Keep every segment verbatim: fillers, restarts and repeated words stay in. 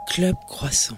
Club Croissant.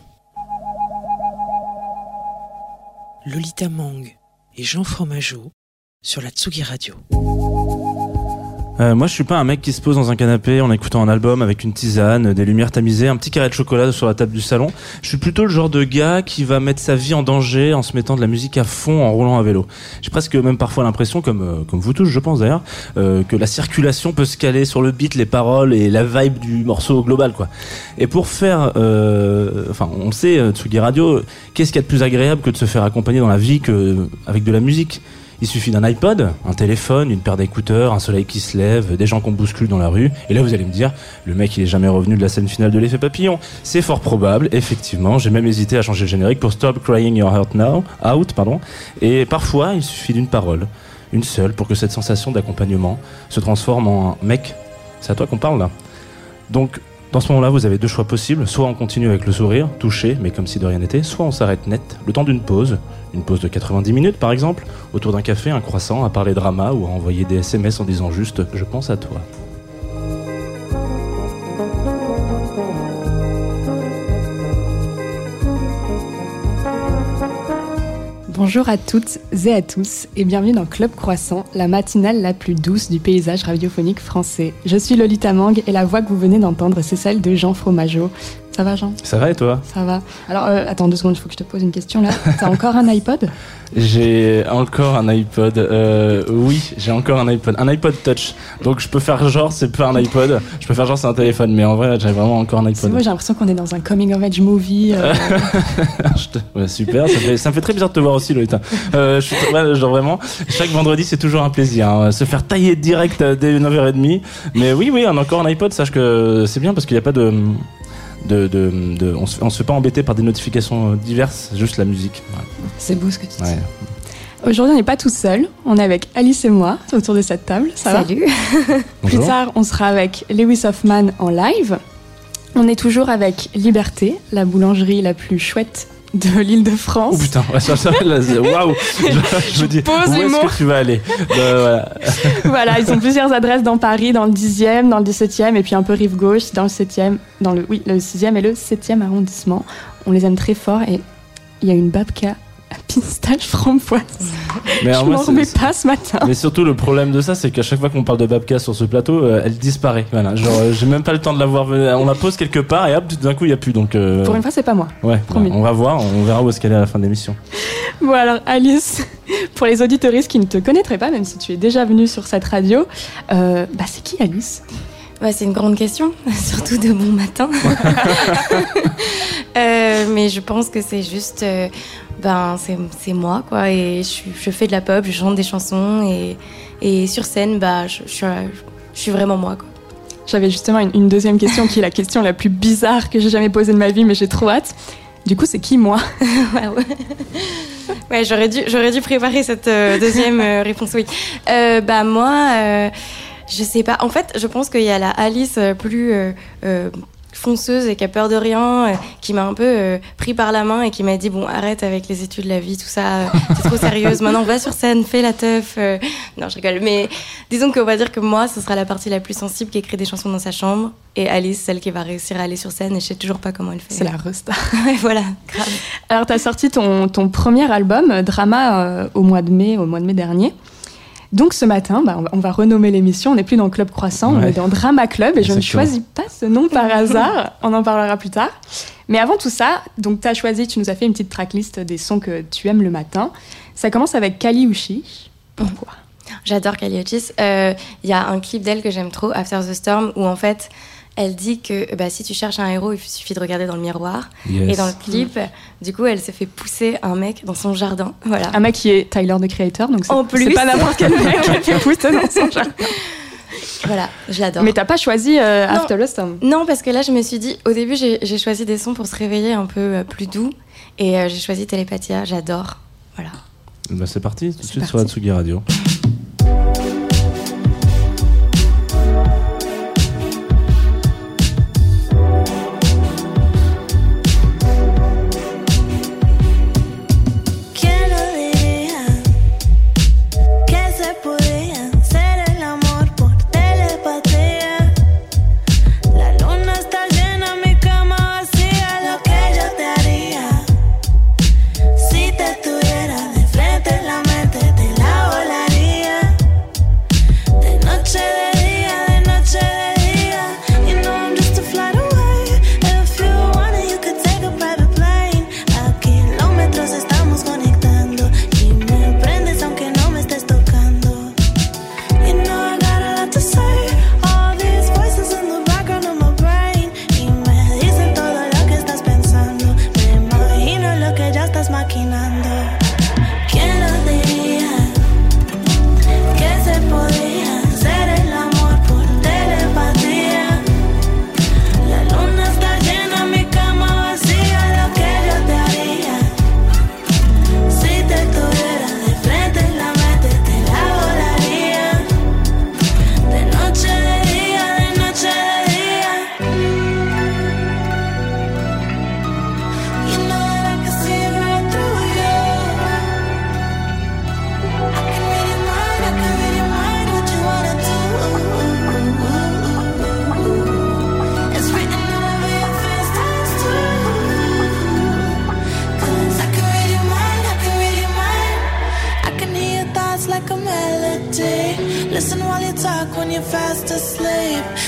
Lolita Mang et Jean Fromageau sur la Tsugi Radio. Euh, moi, je suis pas un mec qui se pose dans un canapé en écoutant un album avec une tisane, des lumières tamisées, un petit carré de chocolat sur la table du salon. Je suis plutôt le genre de gars qui va mettre sa vie en danger en se mettant de la musique à fond en roulant à vélo. J'ai presque même parfois l'impression, comme euh, comme vous tous, je pense d'ailleurs, euh, que la circulation peut se caler sur le beat, les paroles et la vibe du morceau global, quoi. Et pour faire, euh, enfin, on sait, euh, Tsugi Radio, qu'est-ce qu'il y a de plus agréable que de se faire accompagner dans la vie que avec de la musique? Il suffit d'un iPod, un téléphone, une paire d'écouteurs, un soleil qui se lève, des gens qu'on bouscule dans la rue. Et là, vous allez me dire, le mec, il est jamais revenu de la scène finale de l'effet papillon. C'est fort probable, effectivement. J'ai même hésité à changer le générique pour Stop Crying Your Heart Now, Out, pardon. Et parfois, il suffit d'une parole, une seule, pour que cette sensation d'accompagnement se transforme en mec. C'est à toi qu'on parle, là. Donc, dans ce moment-là, vous avez deux choix possibles. Soit on continue avec le sourire, touché, mais comme si de rien n'était. Soit on s'arrête net, le temps d'une pause. Une pause de quatre-vingt-dix minutes, par exemple, autour d'un café, un croissant, à parler drama ou à envoyer des S M S en disant juste « Je pense à toi ». Bonjour à toutes et à tous et bienvenue dans Club Croissant, la matinale la plus douce du paysage radiophonique français. Je suis Lolita Mang et la voix que vous venez d'entendre, c'est celle de Jean Fromageau. Ça va, Jean ? Ça va et toi ? Ça va. Alors, euh, attends deux secondes, il faut que je te pose une question là. T'as encore un iPod ? J'ai encore un iPod. Euh, oui, j'ai encore un iPod. Un iPod Touch. Donc je peux faire genre c'est pas un iPod. Je peux faire genre c'est un téléphone. Mais en vrai, j'ai vraiment encore un iPod. C'est vrai, j'ai l'impression qu'on est dans un coming of age movie. Euh... te... ouais, super. Ça, fait, ça me fait très bizarre de te voir aussi, Lolita. Euh, je suis ouais, genre vraiment. Chaque vendredi, c'est toujours un plaisir. Hein. Se faire tailler direct dès neuf heures trente. Mais oui, oui, on a encore un iPod. Sache que c'est bien parce qu'il n'y a pas de. De, de, de, on se, on se fait pas embêter par des notifications diverses, juste la musique. Ouais. C'est beau ce que tu dis. Ouais. Aujourd'hui, on n'est pas tout seul. On est avec Alice et moi autour de cette table. Ça Salut. Va Plus tard, on sera avec Lewis Hoffman en live. On est toujours avec Liberté, la boulangerie la plus chouette de l'Île-de-France. Oh putain, ouais, ça, ça, là, waouh. Je, je me dis, où est-ce que tu vas aller ? euh, voilà. Voilà, ils ont plusieurs adresses dans Paris, dans le dixième, dans le dix-septième, et puis un peu rive gauche, dans le septième, dans le, oui, le sixième et le septième arrondissement. On les aime très fort et il y a une babka à pistache framboise. Mais je m'en remets pas ce matin. Mais surtout, le problème de ça, c'est qu'à chaque fois qu'on parle de babka sur ce plateau, euh, elle disparaît. Voilà, genre, euh, j'ai même pas le temps de la voir. On la pose quelque part et hop, d'un coup, il y a plus. Donc, euh... pour une fois, c'est pas moi. Ouais, bah, on va voir, on verra où est-ce qu'elle est à la fin de l'émission. Bon, alors, Alice, pour les auditeuristes qui ne te connaîtraient pas, même si tu es déjà venue sur cette radio, euh, bah, c'est qui Alice ? Ouais, c'est une grande question, surtout de bon matin. euh, mais je pense que c'est juste, euh, ben, c'est, c'est moi, quoi. Et je, je fais de la pop, je chante des chansons et, et sur scène, bah, je, je, je suis vraiment moi, quoi. J'avais justement une, une deuxième question qui est la question la plus bizarre que j'ai jamais posée de ma vie, mais j'ai trop hâte. Du coup, c'est qui moi ? ouais, ouais. ouais, j'aurais dû, j'aurais dû préparer cette euh, deuxième euh, réponse. Oui. Euh, bah moi. Euh, Je sais pas. En fait, je pense qu'il y a la Alice plus euh, euh, fonceuse et qui a peur de rien, euh, qui m'a un peu euh, pris par la main et qui m'a dit bon, arrête avec les études, la vie, tout ça, euh, t'es trop sérieuse. Maintenant, va sur scène, fais la teuf. Euh... Non, je rigole. Mais disons qu'on va dire que moi, ce sera la partie la plus sensible qui écrit des chansons dans sa chambre, et Alice, celle qui va réussir à aller sur scène. Et je sais toujours pas comment elle fait. C'est la resta. Ouais, voilà. Grave. Alors, t'as sorti ton ton premier album, Drama, euh, au mois de mai, au mois de mai dernier. Donc ce matin, bah, on, va, on va renommer l'émission, on n'est plus dans Club Croissant, ouais. On est dans Drama Club et Exactement. Je ne choisis pas ce nom par hasard, on en parlera plus tard. Mais avant tout ça, donc tu as choisi, tu nous as fait une petite tracklist des sons que tu aimes le matin. Ça commence avec Kali Uchis. Pourquoi ? J'adore Kali Uchis. Il euh, y a un clip d'elle que j'aime trop, After the Storm, où en fait... Elle dit que bah, si tu cherches un héros, il suffit de regarder dans le miroir. Yes. Et dans le clip, mmh. du coup, elle se fait pousser un mec dans son jardin. Voilà. Un mec qui est Tyler, the Creator, donc c'est, en plus, c'est pas n'importe quel mec qui fait pousser dans son jardin. Voilà, je l'adore. Mais t'as pas choisi euh, After the Storm ? Non, parce que là, je me suis dit, au début, j'ai, j'ai choisi des sons pour se réveiller un peu euh, plus doux. Et euh, j'ai choisi Télépathia, j'adore. Voilà. Bah, c'est parti, tout de suite sur la Tsugi Radio. La luna está llena, mi cama vacía.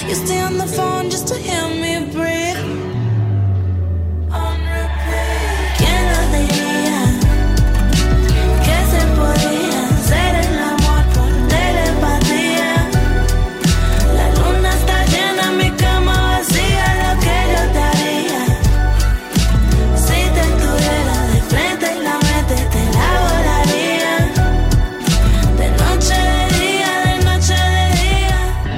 You stay on the phone just to hear me breathe. On repeat. ¿Quién lo diría? Que se podía hacer el amor por telepatía. La luna está llena, mi cama vacía, lo que yo te haría. Si te tuviera de frente en la mente te la volaría. De noche, de día, de noche, de día.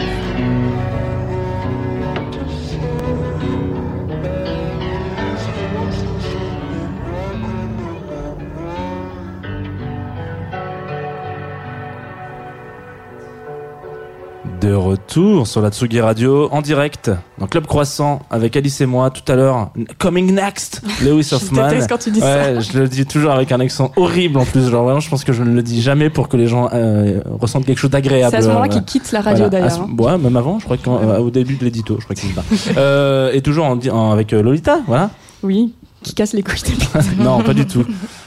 De retour sur la Tsugi Radio en direct dans Club Croissant avec Alice et moi tout à l'heure. Coming next, Lewis Hoffman. Je déteste quand tu dis ouais, ça. Je le dis toujours avec un accent horrible en plus. Genre vraiment, je pense que je ne le dis jamais pour que les gens euh, ressentent quelque chose d'agréable. C'est à ce moment-là euh, qu'il quitte la radio voilà. d'ailleurs. Ce... Hein. Ouais, même avant, je crois qu'au début de l'édito, je crois qu'il pas. euh, et toujours en, en, avec Lolita, voilà. Oui, qui casse les couilles des Non, pas du tout.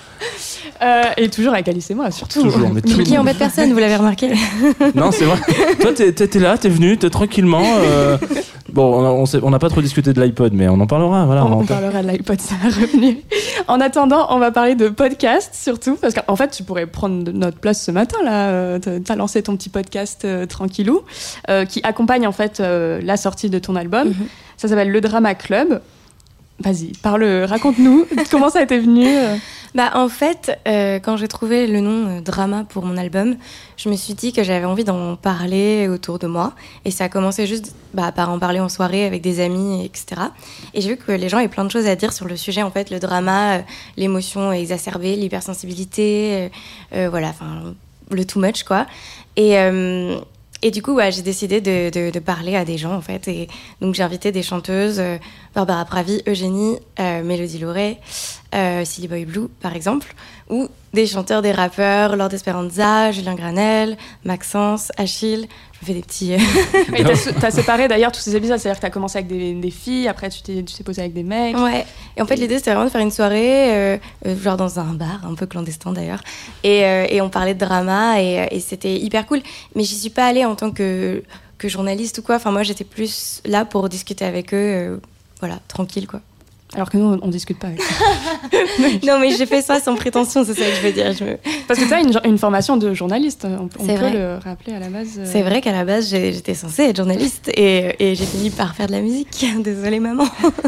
Euh, et toujours avec Alice et moi, surtout. Toujours, mais Mais qui embête personne, vous l'avez remarqué. Non, c'est vrai. Toi, t'es, t'es là, t'es venu, t'es tranquillement. Euh... Bon, on n'a on on pas trop discuté de l'iPod, mais on en parlera. Voilà, on, on on parlera de l'iPod, ça va revenir. En attendant, on va parler de podcast surtout, parce qu'en fait, tu pourrais prendre notre place ce matin. Là, t'as lancé ton petit podcast euh, tranquillou, euh, qui accompagne en fait euh, la sortie de ton album. Mm-hmm. Ça s'appelle Le Drama Club. Vas-y, parle, raconte-nous comment ça a été venu. Euh... Bah, en fait, euh, quand j'ai trouvé le nom euh, Drama pour mon album, je me suis dit que j'avais envie d'en parler autour de moi. Et ça a commencé juste bah, par en parler en soirée avec des amis, et cetera. Et j'ai vu que les gens avaient plein de choses à dire sur le sujet, en fait, le drama, euh, l'émotion exacerbée, l'hypersensibilité, euh, euh, voilà, enfin, le too much, quoi. Et... Euh, Et du coup, ouais, j'ai décidé de, de, de parler à des gens, en fait. Et donc, j'ai invité des chanteuses, euh, Barbara Pravi, Eugénie, euh, Mélodie Lauré, euh, Silly Boy Blue, par exemple, ou des chanteurs, des rappeurs, Lord Esperanza, Julien Granel, Maxence, Achille. Je me fais des petits... Et t'as, t'as séparé d'ailleurs tous ces épisodes, c'est-à-dire que t'as commencé avec des, des filles, après tu t'es, tu t'es posé avec des mecs. Ouais, et en fait l'idée c'était vraiment de faire une soirée, euh, euh, genre dans un bar, un peu clandestin d'ailleurs, et, euh, et on parlait de drama, et, et c'était hyper cool. Mais j'y suis pas allée en tant que, que journaliste ou quoi, enfin moi j'étais plus là pour discuter avec eux, euh, voilà, tranquille quoi. Alors que nous, on, on discute pas avec eux. Non, mais j'ai fait ça sans prétention, c'est ça que je veux dire. Je me... Parce que tu as une, une formation de journaliste, on, on peut vrai. le rappeler à la base. Euh... C'est vrai qu'à la base, j'ai, j'étais censée être journaliste et, et j'ai fini par faire de la musique. Désolée, maman.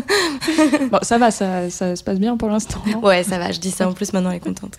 Bon, ça va, ça, ça se passe bien pour l'instant. Non ouais, ça va, je dis ça en plus, maintenant elle est contente.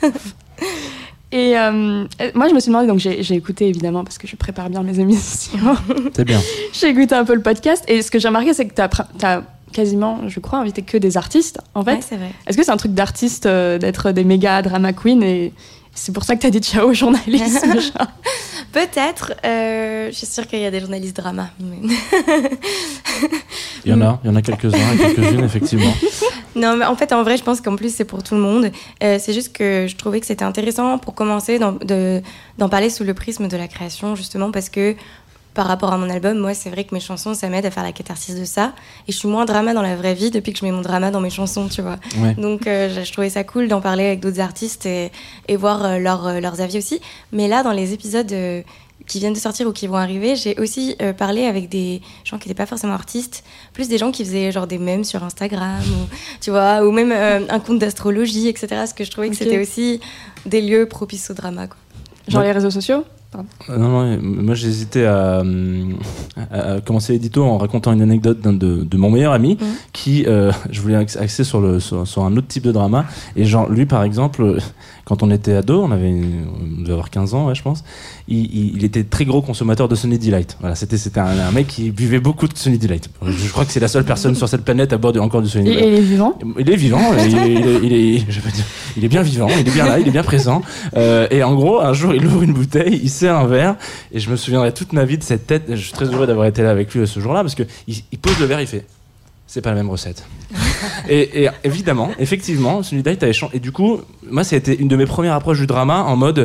Et euh, moi, je me suis demandé, donc j'ai, j'ai écouté évidemment, parce que je prépare bien mes émissions. C'est bien. J'ai écouté un peu le podcast, et ce que j'ai remarqué, c'est que tu as quasiment, je crois, invité que des artistes, en fait. Ouais, c'est vrai. Est-ce que c'est un truc d'artiste euh, d'être des méga drama queens, et c'est pour ça que tu as dit ciao au journalisme? Peut-être. Euh, je suis sûre qu'il y a des journalistes drama. Mais... il y en a, il y en a quelques-uns et quelques-unes, effectivement. Non, mais en fait, en vrai, je pense qu'en plus, c'est pour tout le monde. Euh, c'est juste que je trouvais que c'était intéressant pour commencer d'en, de, d'en parler sous le prisme de la création, justement, parce que par rapport à mon album, moi, c'est vrai que mes chansons, ça m'aide à faire la catharsis de ça. Et je suis moins drama dans la vraie vie depuis que je mets mon drama dans mes chansons, tu vois. Ouais. Donc, euh, je trouvais ça cool d'en parler avec d'autres artistes et, et voir euh, leur, euh, leurs avis aussi. Mais là, dans les épisodes euh, qui viennent de sortir ou qui vont arriver, j'ai aussi euh, parlé avec des gens qui n'étaient pas forcément artistes, plus des gens qui faisaient genre des mèmes sur Instagram, ou, tu vois, ou même euh, un compte d'astrologie, et cetera. Parce que je trouvais que okay. c'était aussi des lieux propices au drama, quoi. Genre ouais. les réseaux sociaux? Euh, non, non, moi j'hésitais à, à, à commencer l'édito en racontant une anecdote d'un de, de mon meilleur ami mmh. qui, euh, je voulais axer sur, le, sur, sur un autre type de drama. Et genre, lui par exemple, quand on était ado, on avait on devait avoir quinze ans, ouais, je pense, il, il, il était très gros consommateur de Sunny Delight. Voilà, c'était, c'était un, un mec qui buvait beaucoup de Sunny Delight. Je crois que c'est la seule personne sur cette planète à boire encore du Sunny Delight. Et il est vivant? Il est vivant, il, il, il, il, est, je veux dire, il est bien vivant, il est bien là, il est bien présent. Euh, et en gros, un jour, il ouvre une bouteille, il sert un verre, et je me souviendrai toute ma vie de cette tête. Je suis très heureux d'avoir été là avec lui ce jour-là, parce qu'il il pose le verre, il fait c'est pas la même recette. et, et évidemment, effectivement, Sunny Delight avait changé. Et du coup, moi, ça a été une de mes premières approches du drama en mode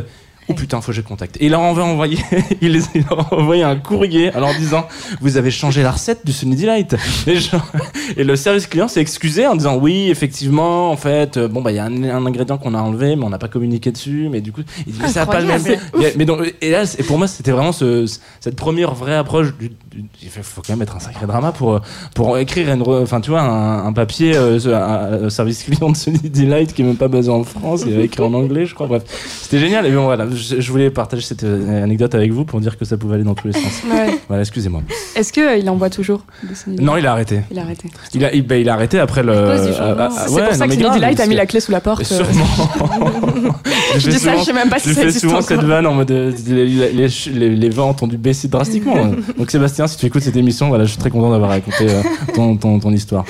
Oh putain, faut que je contacte. Et il leur a envoyé, il les- il leur a envoyé un courrier en leur disant vous avez changé la recette du Sunny Delight. Et, genre- et le service client s'est excusé en disant oui, effectivement, en fait, euh, bon bah il y a un, un ingrédient qu'on a enlevé, mais on n'a pas communiqué dessus. Mais du coup, il dit mais ça n'a pas le même. Incroyable. Il y a- Mais donc, et là, c'est- et pour moi, c'était vraiment ce, ce- cette première vraie approche du. du- il faut quand même être un sacré drama pour pour écrire une, re- enfin tu vois, un, un papier, euh, un, un service client de Sunny Delight qui est même pas basé en France, il est écrit en anglais, je crois. Bref, c'était génial. Et bon voilà, je, je voulais partager cette euh, anecdote avec vous pour dire que ça pouvait aller dans tous les sens. Ouais. Voilà, excusez-moi. Est-ce qu'il envoie toujours des Sunny Delight? Non, il a arrêté. Il a arrêté. Il a, il, bah, il a arrêté après le. À cause du changement. ah, ah, C'est ouais, pour ça non, que mais Sunny grave, Delight a parce mis que- la clé sous la porte. euh. Sûrement. Je fais dis ça, souvent- je sais même pas si Je ça fais existe souvent encore. cette vanne en mode euh, les, les, les, les ventes ont dû baisser drastiquement. Donc Sébastien, si tu écoutes cette émission, voilà, je suis très content d'avoir raconté euh, ton, ton, ton histoire.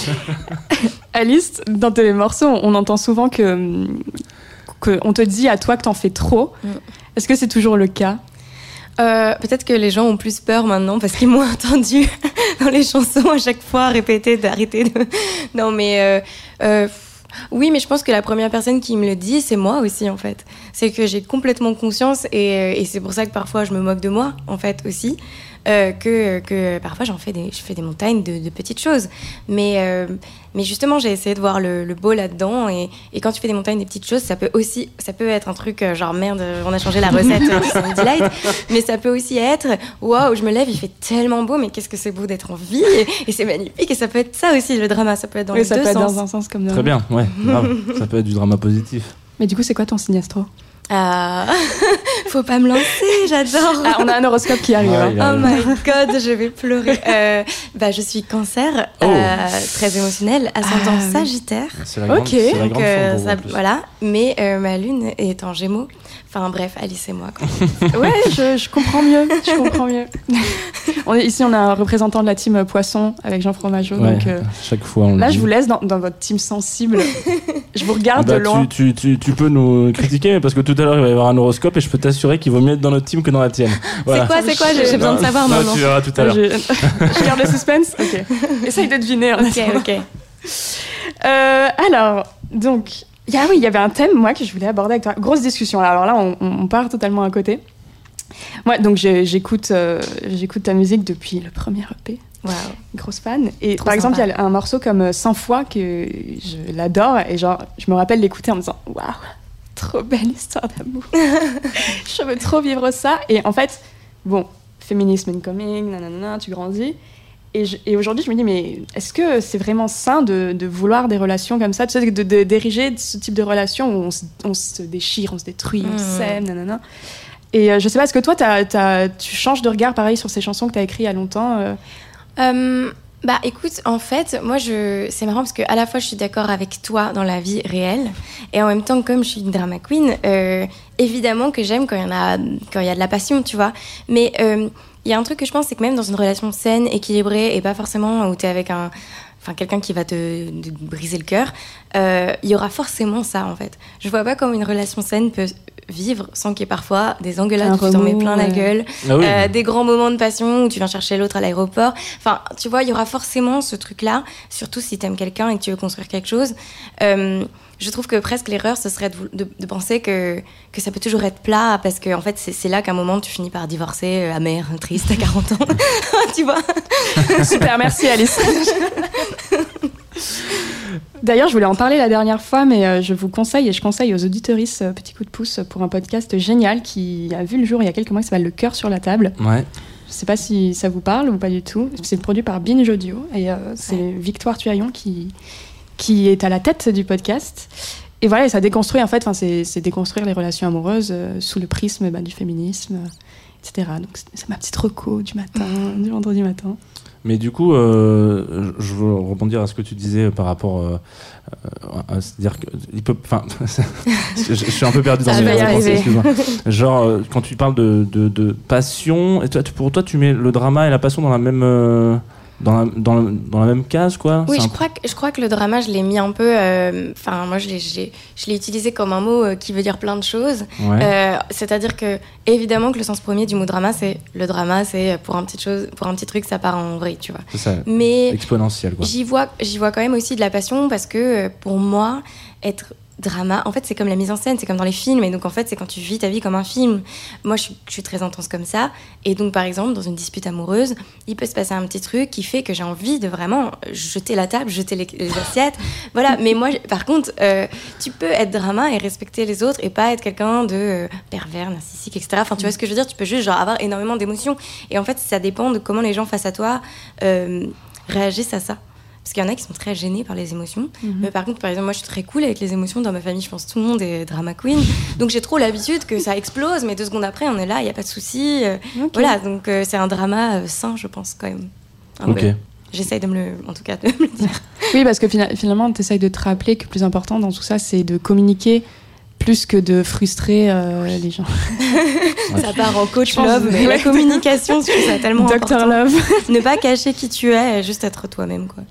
Alice, dans tes morceaux, on entend souvent que, que on te dit à toi que t'en fais trop. Mm. Est-ce que c'est toujours le cas? Euh, peut-être que les gens ont plus peur maintenant parce qu'ils m'ont entendu dans les chansons à chaque fois répéter d'arrêter de... Non mais... Euh, euh, oui, mais je pense que la première personne qui me le dit, c'est moi aussi en fait. C'est que j'ai complètement conscience et, et c'est pour ça que parfois je me moque de moi en fait aussi. Euh, que, que parfois j'en fais des, je fais des montagnes de, de petites choses. Mais, euh, mais justement, j'ai essayé de voir le, le beau là-dedans. Et, et quand tu fais des montagnes des petites choses, ça peut aussi, ça peut être un truc euh, genre merde, on a changé la recette euh, du Sunny Delight. Mais ça peut aussi être waouh, je me lève, il fait tellement beau, mais qu'est-ce que c'est beau d'être en vie. Et, et c'est magnifique. Et ça peut être ça aussi, le drama. Ça peut être dans Oui, les ça deux peut être sens. dans un sens comme dans Très bien, ouais, grave. Ça peut être du drama positif. Mais du coup, c'est quoi ton signe astro? Ah, faut pas me lancer, j'adore. Ah, on a un horoscope qui arrive. Ouais, hein. il Oh arrive. my god, je vais pleurer. Euh, bah, je suis cancer, Oh. euh, très émotionnel, ascendant Ah, oui. Sagittaire. C'est la grande, Ok. c'est la Donc, grande euh, forme pour vous, ça- en plus. voilà. Mais euh, ma lune est en Gémeaux. Enfin bref, Alice et moi. Quoi. Ouais, je, je comprends mieux. Je comprends mieux. On est, ici, on a un représentant de la team Poisson avec Jean Fromageau. Ouais, Donc, euh, chaque fois, on le là, dit. je vous laisse dans, dans votre team sensible. Je vous regarde Bah, de loin. tu, tu, tu, tu peux nous critiquer, mais parce que tout à l'heure il va y avoir un horoscope et je peux t'assurer qu'il vaut mieux être dans notre team que dans la tienne. Voilà. C'est quoi, c'est quoi J'ai j'ai besoin de savoir Non, maintenant. tu verras tout à l'heure. Je, je garde le suspense. Ok. Essaye de deviner. en Ok, attendant. ok. Euh, alors, donc, il y a, oui, il y avait un thème, moi, que je voulais aborder avec toi. Grosse discussion. Alors là, on, on part totalement à côté. Moi, donc, j'ai- j'écoute, euh, j'écoute ta musique depuis le premier E P. Waouh. Grosse fan. Et Trop par exemple, il sympa. y a un morceau comme euh, cent fois que je l'adore. Et genre, je me rappelle l'écouter en me disant, waouh, trop belle histoire d'amour. Je veux trop vivre ça. Et en fait, bon, féminisme incoming, nanana, tu grandis. Et, je- et aujourd'hui, je me dis, mais est-ce que c'est vraiment sain de, de vouloir des relations comme ça, tu sais, de, de- d'ériger ce type de relation où on se, on se déchire, on se détruit, on Mmh. s'aime, nanana. Et euh, je sais pas, est-ce que toi, t'as- t'as- tu changes de regard pareil sur ces chansons que tu as écrites il y a longtemps euh, Euh, bah écoute, en fait, moi je, c'est marrant parce que à la fois je suis d'accord avec toi dans la vie réelle et en même temps comme je suis une drama queen, euh, évidemment que j'aime quand il y en a, quand il y a de la passion, tu vois. Mais euh, il y a un truc que je pense, c'est que même dans une relation saine, équilibrée et pas forcément où t'es avec un, enfin quelqu'un qui va te, te briser le cœur, euh, il y aura forcément ça en fait. Je vois pas comment une relation saine peut vivre sans qu'il y ait parfois des engueulades Un où tu t'en mets remous, plein la ouais. gueule. Ah oui. Euh, des grands moments de passion où tu viens chercher l'autre à l'aéroport. Enfin, tu vois, il y aura forcément ce truc-là, surtout si t'aimes quelqu'un et que tu veux construire quelque chose. Euh, je trouve que presque l'erreur, ce serait de, vou- de, de penser que, que ça peut toujours être plat, parce que en fait, c'est, c'est là qu'à un moment, tu finis par divorcer, euh, amer, triste, à quarante ans. Tu vois. Super, merci Alice. D'ailleurs, je voulais en parler la dernière fois, mais euh, je vous conseille et je conseille aux auditeuristes euh, petit coup de pouce pour un podcast génial qui a vu le jour il y a quelques mois, qui s'appelle Le cœur sur la table. Ouais. Je sais pas si ça vous parle ou pas du tout. C'est produit par Binge Audio et euh, c'est Ouais. Victoire Tuaillon qui, qui est à la tête du podcast. Et voilà, et ça déconstruit en fait, enfin, c'est, c'est déconstruire les relations amoureuses euh, sous le prisme bah, du féminisme, euh, et cetera. Donc c'est, c'est ma petite reco du matin, du vendredi matin. Mais du coup, euh, je veux rebondir à ce que tu disais par rapport euh, à se dire que il peut, enfin, je, je suis un peu perdu dans Ça mes va y pensées, arriver. excuse-moi. Genre, euh, quand tu parles de, de, de passion, et toi, tu- pour toi, tu mets le drama et la passion dans la même, euh, dans la, dans la, dans la même case, quoi. Oui, C'est je un- crois, que, je crois que le drama, je l'ai mis un peu. Enfin, moi, je l'ai, je, l'ai, je l'ai utilisé comme un mot euh, qui veut dire plein de choses. Ouais. Euh, c'est-à-dire que, évidemment, que le sens premier du mot drama, c'est le drama, c'est pour un petit chose, pour un petit truc, ça part en vrille, tu vois. C'est ça. Mais Exponentiel, quoi. j'y vois, j'y vois quand même aussi de la passion parce que euh, pour moi, être drama, en fait, c'est comme la mise en scène, c'est comme dans les films. Et donc, en fait, c'est quand tu vis ta vie comme un film. Moi, je suis, je suis très intense comme ça. Et donc, par exemple, dans une dispute amoureuse, il peut se passer un petit truc qui fait que j'ai envie de vraiment jeter la table, jeter les, les assiettes. Voilà. Mais moi, par contre, euh, tu peux être drama et respecter les autres et pas être quelqu'un de euh, pervers, narcissique, et cetera. Enfin, tu vois ce que je veux dire? Tu peux juste genre, avoir énormément d'émotions. Et en fait, ça dépend de comment les gens face à toi euh, réagissent à ça. Parce qu'il y en a qui sont très gênés par les émotions. Mm-hmm. Mais par contre, par exemple, moi, je suis très cool avec les émotions. Dans ma famille, je pense que tout le monde est drama queen. Donc, j'ai trop l'habitude que ça explose. Mais deux secondes après, on est là, il n'y a pas de souci. Euh, okay. Voilà, donc euh, c'est un drama euh, sain, je pense, quand même. Un ok. peu. J'essaye de me le, en tout cas, de me le dire. Oui, parce que finalement, tu essayes de te rappeler que le plus important dans tout ça, c'est de communiquer plus que de frustrer euh, les gens. Ça part en coach love, mais la communication, je trouve ça tellement Docteur important. Love. Ne pas cacher qui tu es, juste être toi-même, quoi.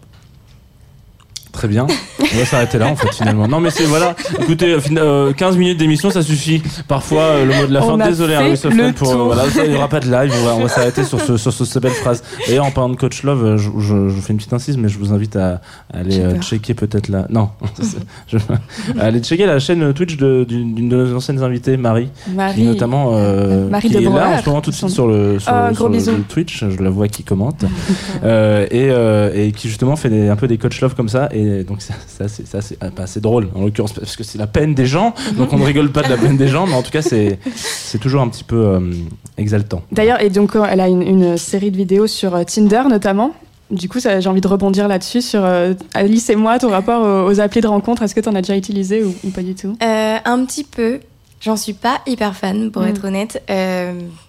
Très bien. On va s'arrêter là, en fait, finalement. Non, mais c'est, voilà. Écoutez, euh, quinze minutes d'émission, ça suffit. Parfois, euh, le mot de la fin. Désolé, hein, Louis pour, euh, voilà, il n'y aura pas de live. On va, on va s'arrêter sur, ce, sur ce, cette belle phrase. D'ailleurs, en parlant de Coach Love, je, je, je fais une petite incise, mais je vous invite à, à aller euh, checker peut-être la. Non. je, à aller checker la chaîne Twitch de, d'une, d'une de nos anciennes invitées, Marie. Marie. Qui, notamment, euh, Marie qui de est Breuer, là en ce moment tout de suite sur le, sur, oh, le, sur le, le Twitch. Je la vois qui commente. euh, et, euh, et qui, justement, fait des, un peu des Coach Love comme ça. Et donc, ça, ça c'est, ça, c'est, bah, c'est drôle en l'occurrence parce que c'est la peine des gens, donc on ne rigole pas de la peine des gens, mais en tout cas c'est, c'est toujours un petit peu euh, exaltant. D'ailleurs, et donc elle a une, une série de vidéos sur Tinder notamment. Du coup, ça, j'ai envie de rebondir là-dessus sur euh, Alice et moi, ton rapport aux, aux applis de rencontre. Est-ce que tu en as déjà utilisé ou, ou pas du tout? euh, Un petit peu. J'en suis pas hyper fan, pour mmh. être honnête. Euh,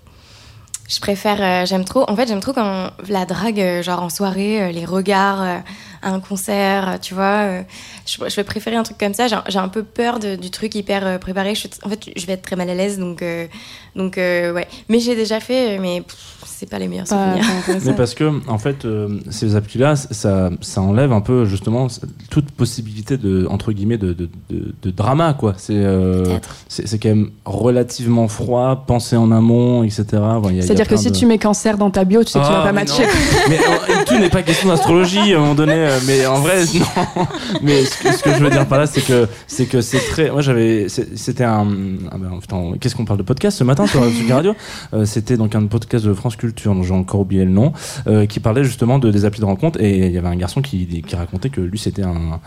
je préfère, euh, j'aime trop. En fait, j'aime trop quand la drague, euh, genre en soirée, euh, les regards. Euh, à un concert, tu vois, euh, je, je vais préférer un truc comme ça. J'ai, j'ai un peu peur de, du truc hyper euh, préparé. Je suis, en fait, je vais être très mal à l'aise, donc, euh, donc euh, ouais. Mais j'ai déjà fait, mais pff, c'est pas les meilleurs souvenirs. Ah, mais parce que, en fait, euh, ces applis-là, ça, ça enlève un peu justement toute possibilité de, entre guillemets, de, de, de, de drama, quoi. C'est, euh, c'est, c'est quand même relativement froid, pensé en amont, et cetera. Bon, y a, C'est-à-dire y a que si de... tu mets cancer dans ta bio, tu sais que ah, tu vas pas matcher. Mais euh, tout n'est pas question d'astrologie à un moment donné. Mais en vrai, non. Mais ce que, ce que je veux dire par là, c'est que c'est que c'est très. Moi, j'avais. C'était un. Ah ben, putain, qu'est-ce qu'on parle de podcast ce matin sur Tsugi Radio? euh, C'était donc un podcast de France Culture, dont j'ai encore oublié le nom, euh, qui parlait justement de des applis de rencontre. Et il y avait un garçon qui qui racontait que lui, c'était un.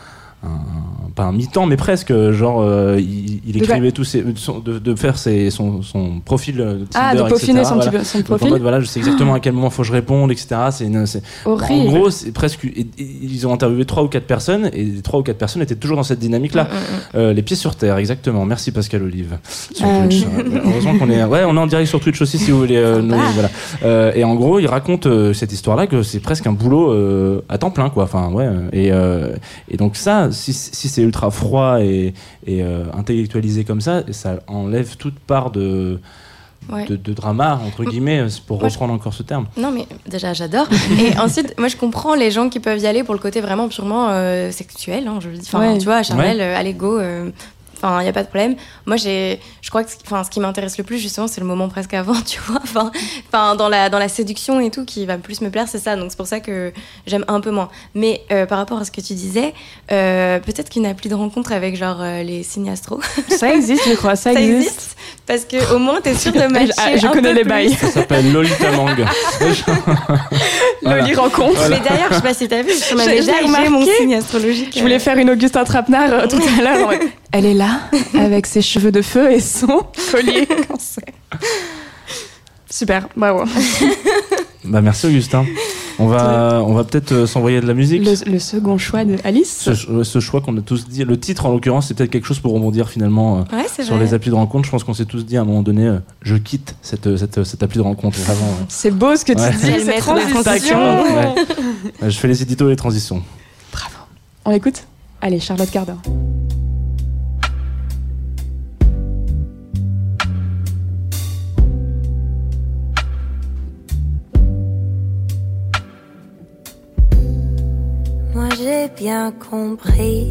Un, pas un mi-temps mais presque genre euh, il, il écrivait tous ses, de, de faire ses, son, son profil Tinder, ah de peaufiner son, voilà. son profil donc, en fait, voilà, je sais exactement à quel moment faut que je réponde, etc. C'est, une, c'est horrible. En gros c'est presque et, et, ils ont interviewé trois ou quatre personnes et les trois ou quatre personnes étaient toujours dans cette dynamique là. mmh, mmh. Euh, les pieds sur terre, exactement. Merci Pascal Olive sur euh, Twitch. oui. Heureusement qu'on est ouais on est en direct sur Twitch aussi si vous voulez euh, nous, voilà. euh, et en gros il raconte euh, cette histoire là que c'est presque un boulot euh, à temps plein quoi, enfin ouais et, euh, et donc ça si, si c'est ultra froid et, et euh, intellectualisé comme ça, ça enlève toute part de, ouais. de, de drama, entre guillemets, pour moi, reprendre je... encore ce terme. Non, mais déjà, j'adore. Et ensuite, moi, je comprends les gens qui peuvent y aller pour le côté vraiment purement euh, sexuel, hein, je le dis. Enfin, ouais. tu vois, Charmel, ouais. euh, allez, go. Euh... Enfin, il n'y a pas de problème. Moi, j'ai, je crois que enfin, ce qui m'intéresse le plus, justement, c'est le moment presque avant, tu vois. Enfin, enfin dans, la, dans la séduction et tout, qui va plus me plaire, c'est ça. Donc, c'est pour ça que j'aime un peu moins. Mais euh, par rapport à ce que tu disais, euh, peut-être qu'une appli de rencontre avec genre euh, les signes astro. Ça existe, je crois. Ça, ça existe. existe. Parce qu'au moins, t'es sûr de matcher. Ah, je un connais peu les plus. bails. Ça s'appelle Lolita Mang. Voilà. Loli rencontre. Voilà. Mais d'ailleurs, je sais pas si t'as vu, sur ma médaille, j'ai mon signe astrologique. Je voulais faire une Augustin Trapenard euh, tout à l'heure. Elle est là, avec ses cheveux de feu et son collier cancer. Super, bravo. Bah merci Augustin. On va, on va peut-être euh, s'envoyer de la musique. Le, le second choix de Alice. Ce, ce choix qu'on a tous dit. Le titre en l'occurrence, c'est peut-être quelque chose pour rebondir finalement euh, ouais, sur vrai. les applis de rencontre. Je pense qu'on s'est tous dit à un moment donné, euh, je quitte cette, cette, cette appli de rencontre. Vraiment. Euh. C'est beau ce que tu ouais. dis, cette transition. Ouais. Ouais, je fais les éditos et les transitions. Bravo. On l'écoute ? Allez, Charlotte Cardin. Moi j'ai bien compris.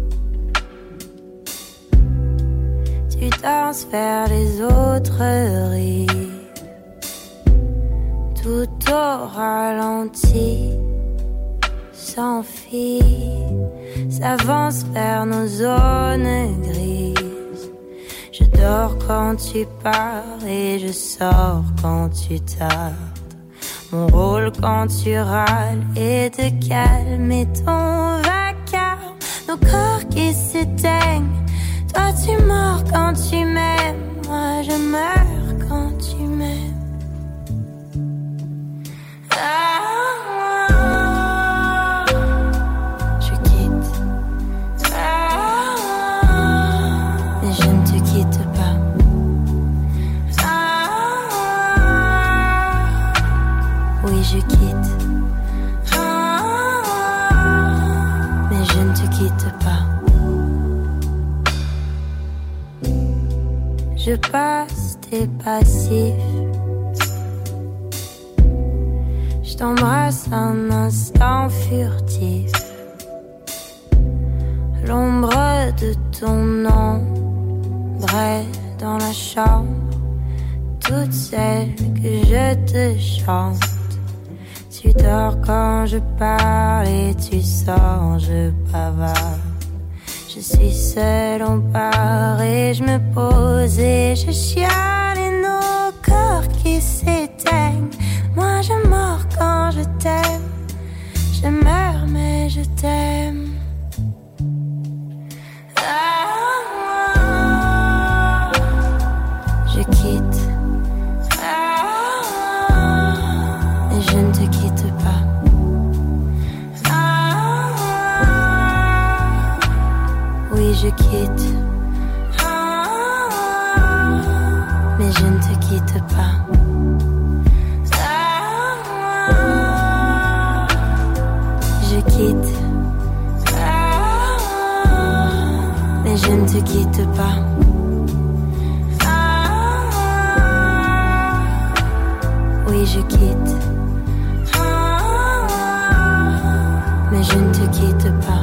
Tu danses vers les autres rives, tout au ralenti. s'enfuit, s'avance vers nos zones grises. Je dors quand tu pars et je sors quand tu tardes. Mon rôle quand tu râles est de calmer ton vacarme. Nos corps qui s'éteignent, toi tu mords quand tu m'aimes, moi je meurs quand tu m'aimes. Ah, je quitte, ah, mais je ne te quitte pas. Ah, oui je quitte, ah, mais je ne te quitte pas. Je passe tes passifs, je t'embrasse un instant furtif. L'ombre de ton ombre est dans la chambre, toute celle que je te chante. Tu dors quand je parle et tu sors, je bavarde. Je suis seule, on part et je me pose et je chiale et nos corps qui s'éteignent. Moi je mords quand je t'aime, je meurs mais je t'aime. Ah, je quitte, ah, mais je ne te quitte pas. Oui, je quitte, ah, mais je ne te quitte pas. Ah, je quitte, ah, mais je ne te quitte pas. Ah, oui, je quitte, ah, mais je ne te quitte pas.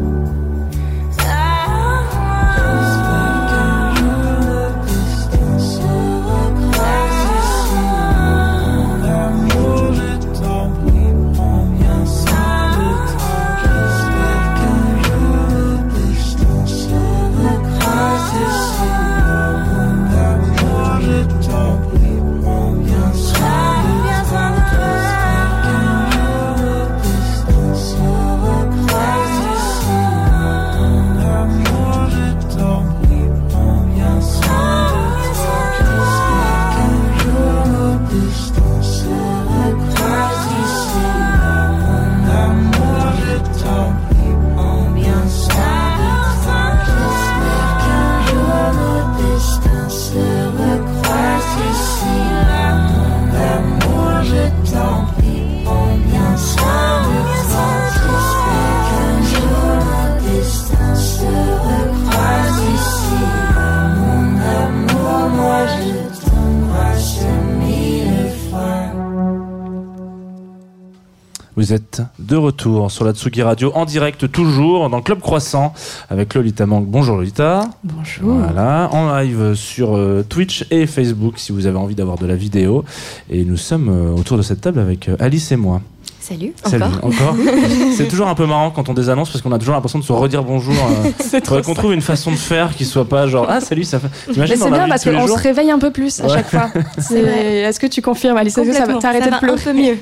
Vous êtes de retour sur la Tsugi Radio en direct toujours dans Club Croissant avec Lolita Mang. Bonjour Lolita. Bonjour. Voilà, en live sur euh, Twitch et Facebook si vous avez envie d'avoir de la vidéo. Et nous sommes euh, autour de cette table avec euh, Alice et moi. Salut, Salut, encore. encore. C'est toujours un peu marrant quand on désannonce parce qu'on a toujours l'impression de se redire bonjour. Euh, faudrait qu'on trouve une façon de faire qui soit pas genre ah salut ça fait. T'imagines. Mais c'est bien parce qu'on se réveille un peu plus à ouais. chaque fois. C'est... Est-ce que tu confirmes, Alice? Est-ce que ça va t'arrêter de pleurer? Un peu mieux.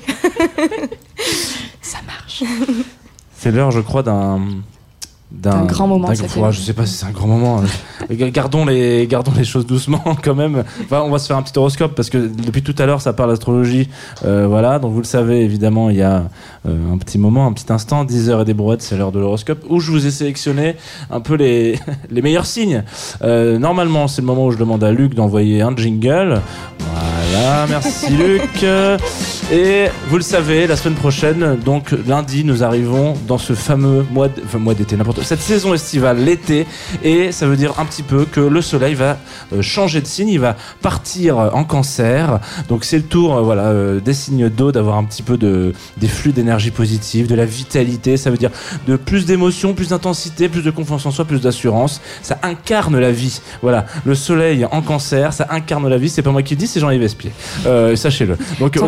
Ça marche. C'est l'heure, je crois, d'un d'un, d'un grand moment. D'un, ouais, je sais pas si c'est un grand moment. gardons les gardons les choses doucement quand même. Enfin, on va se faire un petit horoscope parce que depuis tout à l'heure ça parle d'astrologie. Euh, voilà, donc vous le savez évidemment, il y a euh, un petit moment, un petit instant, dix heures et des brouettes, c'est l'heure de l'horoscope où je vous ai sélectionné un peu les les meilleurs signes. Euh, normalement, c'est le moment où je demande à Luc d'envoyer un jingle. Voilà, merci Luc. Et vous le savez, la semaine prochaine, donc lundi, nous arrivons dans ce fameux mois, d... enfin, mois d'été, n'importe cette saison estivale, l'été, et ça veut dire un petit peu que le soleil va euh, changer de signe, il va partir en Cancer. Donc c'est le tour, euh, voilà, euh, des signes d'eau, d'avoir un petit peu de des flux d'énergie positive, de la vitalité. Ça veut dire de plus d'émotions, plus d'intensité, plus de confiance en soi, plus d'assurance. Ça incarne la vie. Voilà, le soleil en Cancer, ça incarne la vie. C'est pas moi qui le dis, c'est Jean-Yves Espier. Euh, sachez-le. Donc ok,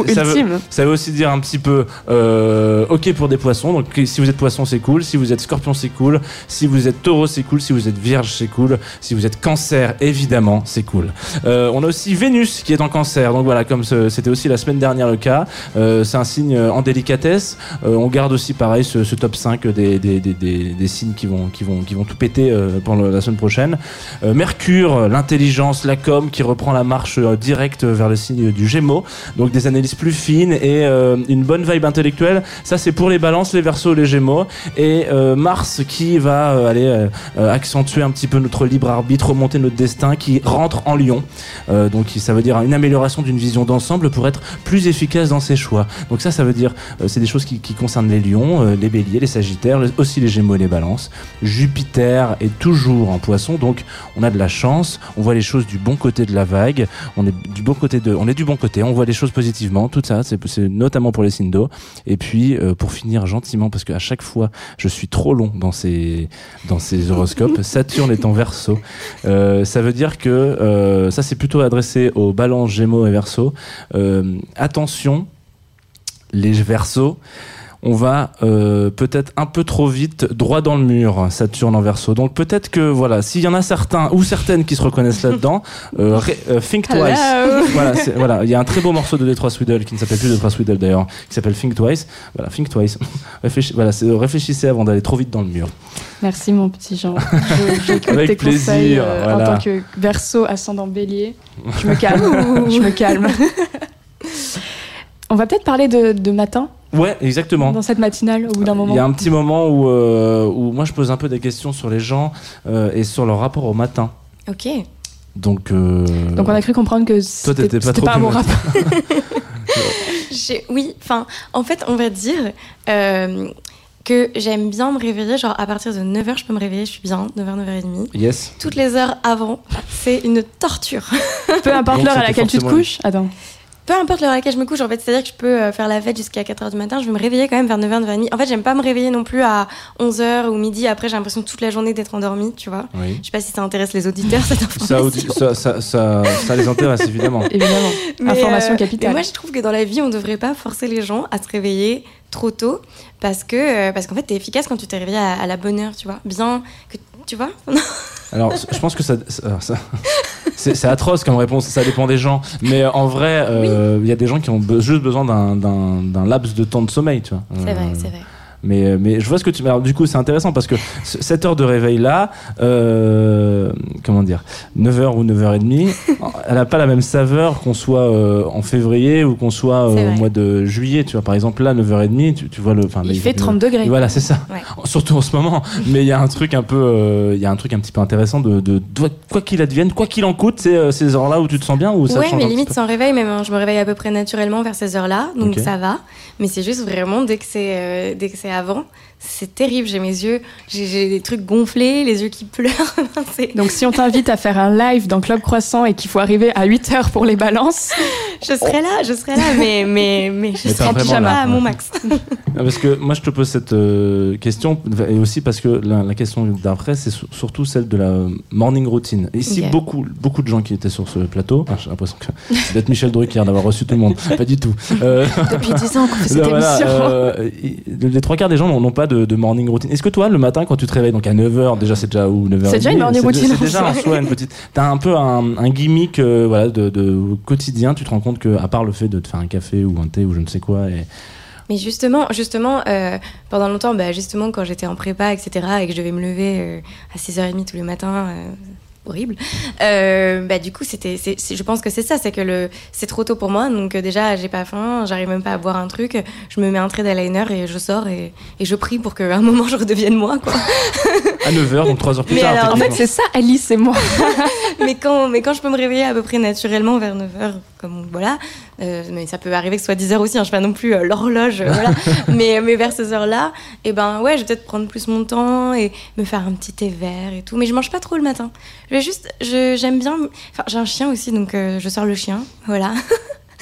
ça ultime. Veut, ça veut aussi dire un petit peu euh, ok pour des poissons. Donc si vous êtes poisson, c'est cool. Si vous êtes scorpion, c'est cool. Si vous êtes taureau, c'est cool. Si vous êtes vierge, c'est cool. Si vous êtes cancer, évidemment, c'est cool. Euh, on a aussi Vénus qui est en cancer. Donc voilà, comme ce, c'était aussi la semaine dernière le cas. Euh, c'est un signe en délicatesse. Euh, on garde aussi pareil ce, ce top cinq des, des, des, des, des signes qui vont, qui, vont, qui vont tout péter euh, pendant la semaine prochaine. Euh, Mercure, l'intelligence, la com qui reprend la marche euh, directe vers le signe du Gémeaux. Donc des analyses plus fines et euh, une bonne vibe intellectuelle. Ça c'est pour les balances, les verseaux, les Gémeaux. Et euh, Mars qui va euh, aller euh, euh, accentuer un petit peu notre libre arbitre, remonter notre destin, qui rentre en Lion. Euh, donc ça veut dire une amélioration d'une vision d'ensemble pour être plus efficace dans ses choix. Donc ça, ça veut dire euh, c'est des choses qui, qui concernent les Lions, euh, les Béliers, les Sagittaires, les, aussi les Gémeaux et les Balances. Jupiter est toujours en Poisson, donc on a de la chance, on voit les choses du bon côté de la vague, on est du bon côté de, on est du bon côté, on voit les choses positivement. Tout ça, c'est, c'est notamment pour les signes d'eau. Et puis euh, pour finir gentiment, parce qu'à chaque fois je suis trop long dans ces dans ces horoscopes, Saturne est en Verseau. Euh, ça veut dire que euh, ça c'est plutôt adressé aux Balances, Gémeaux et Verseaux. Euh, attention, les Verseaux, on va euh, peut-être un peu trop vite droit dans le mur, Saturne en Verseau. Donc peut-être que voilà, s'il y en a certains ou certaines qui se reconnaissent là-dedans, euh, ré, euh, think twice. Voilà, c'est, voilà, il y a un très beau morceau de Detroit Swindle qui ne s'appelle plus Detroit Swindle d'ailleurs, qui s'appelle Think Twice. Voilà, think twice. Réfléch, voilà, c'est, réfléchissez avant d'aller trop vite dans le mur. Merci mon petit Jean. Je, j'écoute Avec tes plaisir, conseils euh, voilà. en tant que Verseau ascendant Bélier. Je me calme. Je me calme. On va peut-être parler de, de matin. Ouais, exactement. Dans cette matinale, au bout d'un moment. Il y a un petit moment où, euh, où moi je pose un peu des questions sur les gens euh, et sur leur rapport au matin. Ok. Donc, euh... Donc on a cru comprendre que c'était, t'étais pas c'était trop pas un bon du rapport. J'ai- oui, enfin, en fait, on va dire euh, que j'aime bien me réveiller. Genre, à partir de neuf heures, je peux me réveiller, je suis bien, neuf heures, neuf heures trente. Yes. Toutes les heures avant, c'est une torture. Peu importe Donc, l'heure à c'était laquelle tu te forcément- couches. Attends. Peu importe l'heure à laquelle je me couche, en fait, c'est-à-dire que je peux euh, faire la fête jusqu'à quatre heures du matin, je vais me réveiller quand même vers neuf heures, neuf heures trente. En fait, j'aime pas me réveiller non plus à onze heures ou midi, après j'ai l'impression toute la journée d'être endormie, tu vois. Oui. Je sais pas si ça intéresse les auditeurs, cette Ça, information. ça, ça, ça, ça les intéresse évidemment. Évidemment. Mais, Information euh, capitale. mais moi, je trouve que dans la vie, on devrait pas forcer les gens à se réveiller trop tôt, parce que euh, parce qu'en fait, t'es efficace quand tu t'es réveillé à, à la bonne heure, tu vois. Bien que tu vois. Alors, je pense que ça, ça, ça- c'est, c'est atroce comme réponse. Ça dépend des gens, mais en vrai, il euh, y a des gens qui ont be- juste besoin d'un, d'un, d'un laps de temps de sommeil, tu vois. C'est Euh, vrai, c'est vrai. Mais, mais je vois ce que tu... Alors, du coup, c'est intéressant parce que c- cette heure de réveil-là, euh, comment dire, neuf heures ou neuf heures trente, elle n'a pas la même saveur qu'on soit euh, en février ou qu'on soit C'est euh, au vrai. mois de juillet. Tu vois, par exemple, là, neuf heures trente, tu, tu vois le... enfin, là, Il fait le- trente degrés. Voilà, c'est ça. Ouais. Surtout en ce moment. Mais il y a un truc un peu... euh, Il y a un truc un petit peu intéressant de... de, de- quoi qu'il advienne, quoi qu'il en coûte, c'est euh, ces heures-là où tu te sens bien ou ça Ouais, change mais un petit limite peu sans réveil, même hein, je me réveille à peu près naturellement vers ces heures-là, donc Ok. ça va. Mais c'est juste vraiment dès que c'est euh, dès que c'est avant, c'est terrible. J'ai mes yeux, j'ai, j'ai des trucs gonflés, les yeux qui pleurent. C'est- Donc si on t'invite à faire un live dans Club Croissant et qu'il faut arriver à huit heures pour les balances, je serai là, je serai là, mais mais mais je Mais serai pas en vraiment pyjama là. à mon max. Ah, parce que moi je te pose cette euh, question et aussi parce que la, la question d'après c'est sur- surtout celle de la morning routine. Ici Ok. beaucoup beaucoup de gens qui étaient sur ce plateau, ah, j'ai l'impression que d'être Michel Drucker, d'avoir reçu tout le monde, pas du tout. Euh, depuis dix ans qu'on fait cette non, voilà, émission. euh, il- les trois quarts des gens n'ont n'ont pas de, de morning routine. Est-ce que toi le matin quand tu te réveilles donc à neuf heures déjà c'est déjà ou neuf heures C'est déjà une morning c'est, routine, c'est en déjà soi. en soi une petite t'as un peu un, un gimmick euh, voilà de, de quotidien, tu te rends compte que à part le fait de te faire un café ou un thé ou je ne sais quoi et Mais justement, justement, euh, pendant longtemps, bah, justement, quand j'étais en prépa, et cetera, et que je devais me lever euh, à six heures trente tous les matins, euh, horrible. Euh, bah, du coup, c'était, c'est, c'est- je pense que c'est ça, c'est que le, c'est trop tôt pour moi. Donc euh, déjà, j'ai pas faim, j'arrive même pas à boire un truc. Je me mets un trait d'eyeliner et je sors et, et je prie pour qu'à un moment je redevienne moi, quoi. à neuf heures donc trois heures plus Mais tard. alors, En fait, techniquement. c'est ça, Alice et moi. mais quand, mais quand je peux me réveiller à peu près naturellement vers neuf heures, comme voilà, euh, mais ça peut arriver que ce soit dix heures aussi, hein, je fais pas non plus euh, l'horloge, euh, voilà. mais, mais vers ces heures-là, et ben ouais, je vais peut-être prendre plus mon temps et me faire un petit thé vert et tout, mais je mange pas trop le matin. Je vais juste, je, j'aime bien, enfin j'ai un chien aussi, donc euh, je sors le chien, voilà.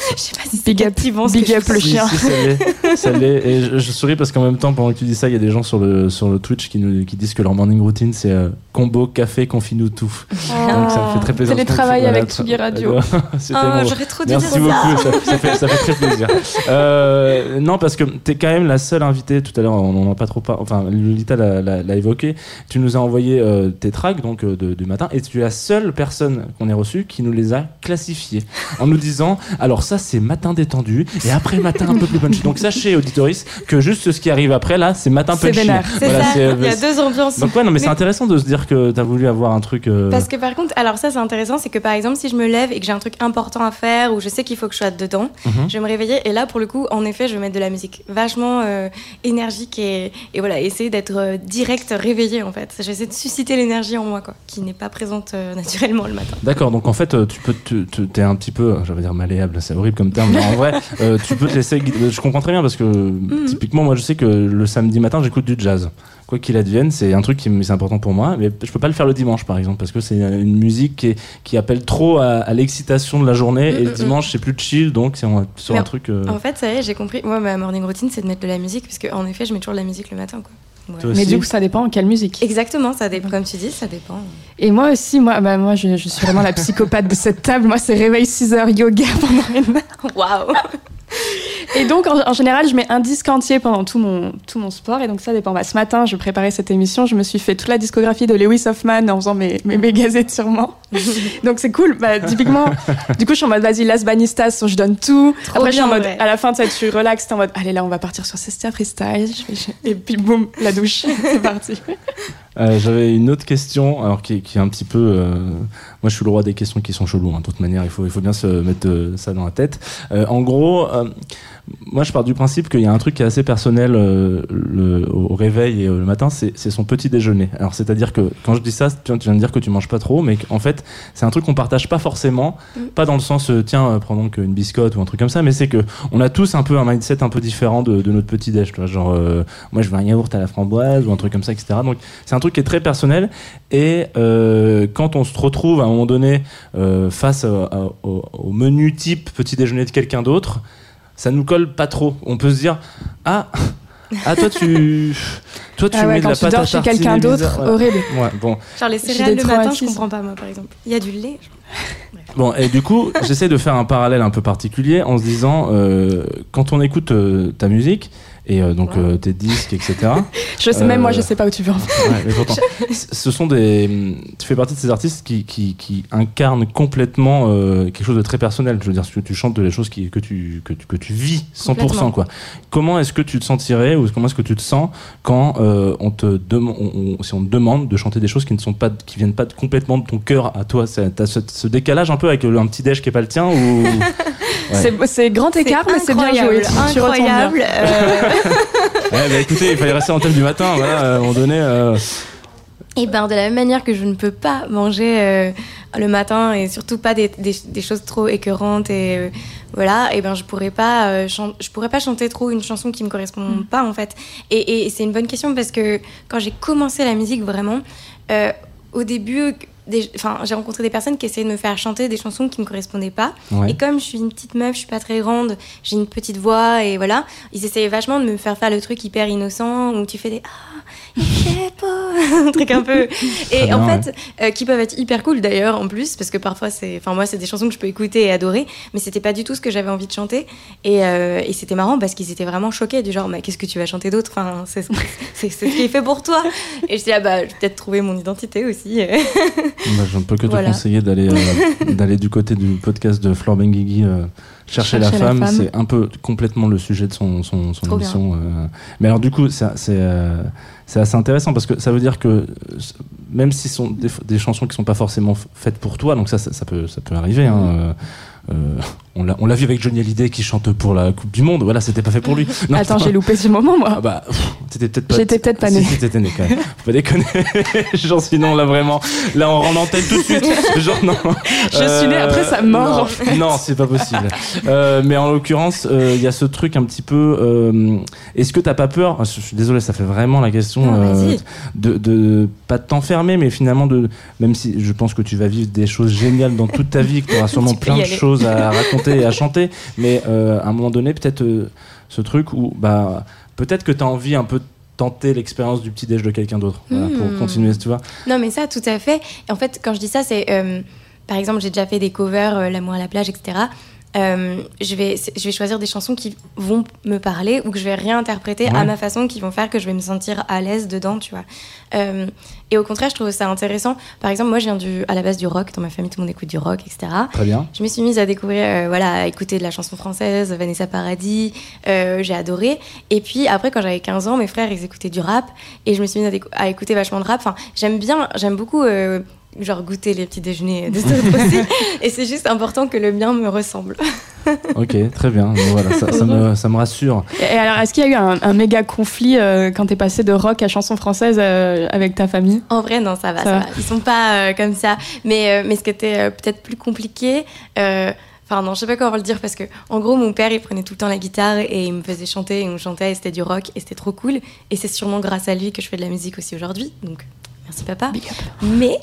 Je sais pas si c'est Big up, captivant, ce big que je up le fais. Si, chien. si, ça l'est, ça l'est. Et je, je souris parce qu'en même temps, pendant que tu dis ça, il y a des gens sur le, sur le Twitch qui, nous, qui disent que leur morning routine, c'est euh, combo, café, confine-nous tout. Ah. Donc ça me fait très plaisir. Télétravail Voilà, avec Tsugi Radio. C'était Ah, mon- j'aurais trop dû Merci dire ça. beaucoup, ça, ça fait, ça fait très plaisir. Euh, non, parce que t'es quand même la seule invitée, tout à l'heure, on n'en a pas trop pas, enfin, Lolita l'a, l'a, l'a évoqué, tu nous as envoyé euh, tes tracks, donc, euh, de, du matin, et tu es la seule personne qu'on ait reçue qui nous les a classifiés, en nous disant, alors ça, c'est matin détendu, et après matin un peu plus punchy. Donc sachez, auditoris, que juste ce qui arrive après, là, c'est matin C'est punchy. vénère. C'est Voilà, ça, c'est, il y a euh, deux ambiances. Donc ouais, non, mais, Mais- c'est intéressant de se dire que t'as voulu avoir un truc... euh, Parce que par contre, alors ça c'est intéressant, c'est que par exemple si je me lève et que j'ai un truc important à faire ou je sais qu'il faut que je sois dedans, Mhm. je vais me réveiller et là pour le coup, en effet, je vais mettre de la musique vachement euh, énergique et, et voilà, essayer d'être euh, direct réveillée en fait. J'essaie de susciter l'énergie en moi quoi, qui n'est pas présente euh, naturellement le matin. D'accord, donc en fait, euh, tu peux, tu, tu- t'es un petit peu, j'allais dire malléable, c'est horrible comme terme, mais en vrai, euh, tu peux te laisser guider. Je comprends très bien parce que typiquement, moi, je sais que le samedi matin, j'écoute du jazz. Quoi qu'il advienne, c'est un truc qui m- c'est important pour moi, mais je peux pas le faire le dimanche, par exemple, parce que c'est une musique qui, est- qui appelle trop à, à l'excitation de la journée, Mm, et le mm, dimanche, c'est plus chill, donc c'est un- sur Mais un truc. euh, En fait, ça y est, j'ai compris. Moi, ma morning routine, c'est de mettre de la musique parce qu'en effet, je mets toujours de la musique le matin quoi. Voilà. Toi Mais aussi du coup, ça dépend en quelle musique. Exactement, ça dépend. Comme tu dis, ça dépend. Et moi aussi, moi, bah, moi je, je suis vraiment la psychopathe de cette table. Moi, c'est réveil six heures, yoga pendant une heure. Waouh. Et donc, en, en général, je mets un disque entier pendant tout mon, tout mon sport. Et donc, ça dépend. Bah, ce matin, je préparais cette émission. Je me suis fait toute la discographie de Lewis Hoffman en faisant mes, mes méga étirements. Donc, c'est cool. Bah, typiquement, du coup, je suis en mode, vas-y, Las Banistas, je donne tout. Trop Après, je suis en bien, mode, ouais. à la fin, tu sais, tu relaxes, t'es en mode, allez, là, on va partir sur Sestia Freestyle. Je fais- Et puis, boum, la douche. C'est parti. Euh, J'avais une autre question, alors qui, est- qui est un petit peu. euh, moi, je suis le roi des questions qui sont cheloues. hein. De toute manière, il faut, il faut bien se mettre euh, ça dans la tête. Euh, en gros, euh, moi, je pars du principe qu'il y a un truc qui est assez personnel euh, le, au réveil et euh, le matin, c'est c'est son petit déjeuner. Alors, c'est-à-dire que quand je dis ça, tu viens tu viens de dire que tu manges pas trop, mais en fait, c'est un truc qu'on partage pas forcément, Mm. pas dans le sens euh, tiens, euh, prends donc une biscotte ou un truc comme ça, mais c'est que on a tous un peu un mindset un peu différent de, de notre petit déj. Tu vois, genre, euh, moi, je veux un yaourt à la framboise ou un truc comme ça, et cetera. Donc, c'est un truc qui est très personnel. Et euh, quand on se retrouve à un moment donné euh, face à- à- au, au menu type petit déjeuner de quelqu'un d'autre, ça nous colle pas trop. On peut se dire ah ah toi tu toi tu Ah ouais, mets de quand la tu pâte dors à chez tartiner quelqu'un d'autre, bizarre. Ouais. horrible. Ouais, bon. Genre les J'ai céréales des le matin, je traumatismes. comprends pas moi par exemple. Il y a du lait. Bon, et du coup, j'essaie de faire un parallèle un peu particulier en se disant, euh, quand on écoute euh, ta musique, et euh, donc euh, tes disques, et cetera. Je sais, Euh, même moi, je sais pas où tu veux en venir. Ouais, mais pourtant, c- ce sont des. Tu fais partie de ces artistes qui, qui, qui incarnent complètement euh, quelque chose de très personnel. Je veux dire, que tu chantes des choses qui, que, tu, que, tu, que tu vis cent pour cent. Quoi. Comment est-ce que tu te sentirais ou comment est-ce que tu te sens quand euh, on te dem- on, on- si on te demande de chanter des choses qui ne sont pas, qui viennent pas complètement de ton cœur à toi? C'est- T'as ce, ce décalage un peu avec le- un petit déj qui est pas le tien ou... Ouais. C'est- C'est grand écart, mais c'est bien joué. incroyable, Tu retournes bien. incroyable. euh, Ouais, bah, écoutez, il fallait rester en thème du matin. Voilà, à un moment donné. euh, Et ben de la même manière que je ne peux pas manger euh, le matin et surtout pas des, des, des choses trop écœurantes et euh, voilà, et ben je pourrais pas euh, chan- je pourrais pas chanter trop une chanson qui me correspond Mm. pas en fait. Et, et c'est une bonne question parce que quand j'ai commencé la musique vraiment, euh, au début, des- enfin j'ai rencontré des personnes qui essayaient de me faire chanter des chansons qui me correspondaient pas. ouais. Et comme je suis une petite meuf, je suis pas très grande, j'ai une petite voix et voilà, ils essayaient vachement de me faire faire le truc hyper innocent où tu fais des ah, il fait beau, un truc un peu. Et bien, en fait, euh, qui peuvent être hyper cool d'ailleurs en plus, parce que parfois c'est, enfin moi c'est des chansons que je peux écouter et adorer, mais c'était pas du tout ce que j'avais envie de chanter. Et, euh, et c'était marrant parce qu'ils étaient vraiment choqués du genre, mais qu'est-ce que tu vas chanter d'autre? Enfin, c'est, c'est, c'est ce qui est fait pour toi. Et je dis ah bah je vais peut-être trouver mon identité aussi. Bah, je ne peux que te Voilà. conseiller d'aller euh, d'aller du côté du podcast de Flore Benguigui, euh, chercher, la, Chercher la femme. femme. C'est un peu complètement le sujet de son, son, son Trop émission. euh. Mais alors du coup, c'est c'est, euh, c'est assez intéressant parce que ça veut dire que euh, même si ce sont des, des chansons qui sont pas forcément f- faites pour toi, donc ça, ça, ça peut ça peut arriver. Hein, euh, euh, on l'a on l'a vu avec Johnny Hallyday qui chante pour la Coupe du Monde. Voilà, c'était pas fait pour lui. Non, Attends, c'est j'ai pas- loupé ce moment, moi. Ah bah, pff, T'étais peut-être pas. J'étais peut-être pas née. Si, si, t'étais née quand même. Faut pas déconner. Genre, sinon, là, vraiment, là, on rentre en tête tout de suite. Genre, non. Je euh, suis née après sa mort. Non, non c'est pas possible. Euh, mais en l'occurrence, il euh, y a ce truc un petit peu. Euh, est-ce que t'as pas peur? Je suis désolé, ça fait vraiment la question non, euh, de, de pas de t'enfermer, mais finalement de. Même si je pense que tu vas vivre des choses géniales dans toute ta vie, que tu auras sûrement plein de choses à raconter et à chanter, mais euh, à un moment donné, peut-être euh, ce truc où bah peut-être que tu as envie un peu de tenter l'expérience du petit déj de quelqu'un d'autre, voilà, mmh. pour continuer, tu vois. Non, mais ça, tout à fait. Et en fait, quand je dis ça, c'est euh, par exemple, j'ai déjà fait des covers, euh, L'amour à la plage, et cetera. Euh, je vais, je vais choisir des chansons qui vont me parler ou que je vais réinterpréter ouais. à ma façon, qui vont faire que je vais me sentir à l'aise dedans, tu vois. Euh, et au contraire, je trouve ça intéressant. Par exemple, moi, je viens du, à la base du rock. Dans ma famille, tout le monde écoute du rock, et cetera. Très bien. Je me suis mise à découvrir, euh, voilà, à écouter de la chanson française, Vanessa Paradis. Euh, j'ai adoré. Et puis après, quand j'avais quinze ans, mes frères, ils écoutaient du rap. Et je me suis mise à, décou- à écouter vachement de rap. Enfin, j'aime bien, j'aime beaucoup... Euh, genre goûter les petits déjeuners des autres aussi. Et c'est juste important que le mien me ressemble. Ok, très bien. Bon, voilà, ça, ça, me, ça me rassure. Et alors, est-ce qu'il y a eu un, un méga conflit euh, quand t'es passé de rock à chanson française euh, avec ta famille? En vrai, non, ça va, ça, ça va. va. Ils sont pas euh, comme ça. Mais, euh, mais ce qui était euh, peut-être plus compliqué... Euh, Enfin non, je sais pas comment le dire parce que en gros mon père il prenait tout le temps la guitare et il me faisait chanter et on chantait et c'était du rock et c'était trop cool et c'est sûrement grâce à lui que je fais de la musique aussi aujourd'hui, donc merci papa. Mais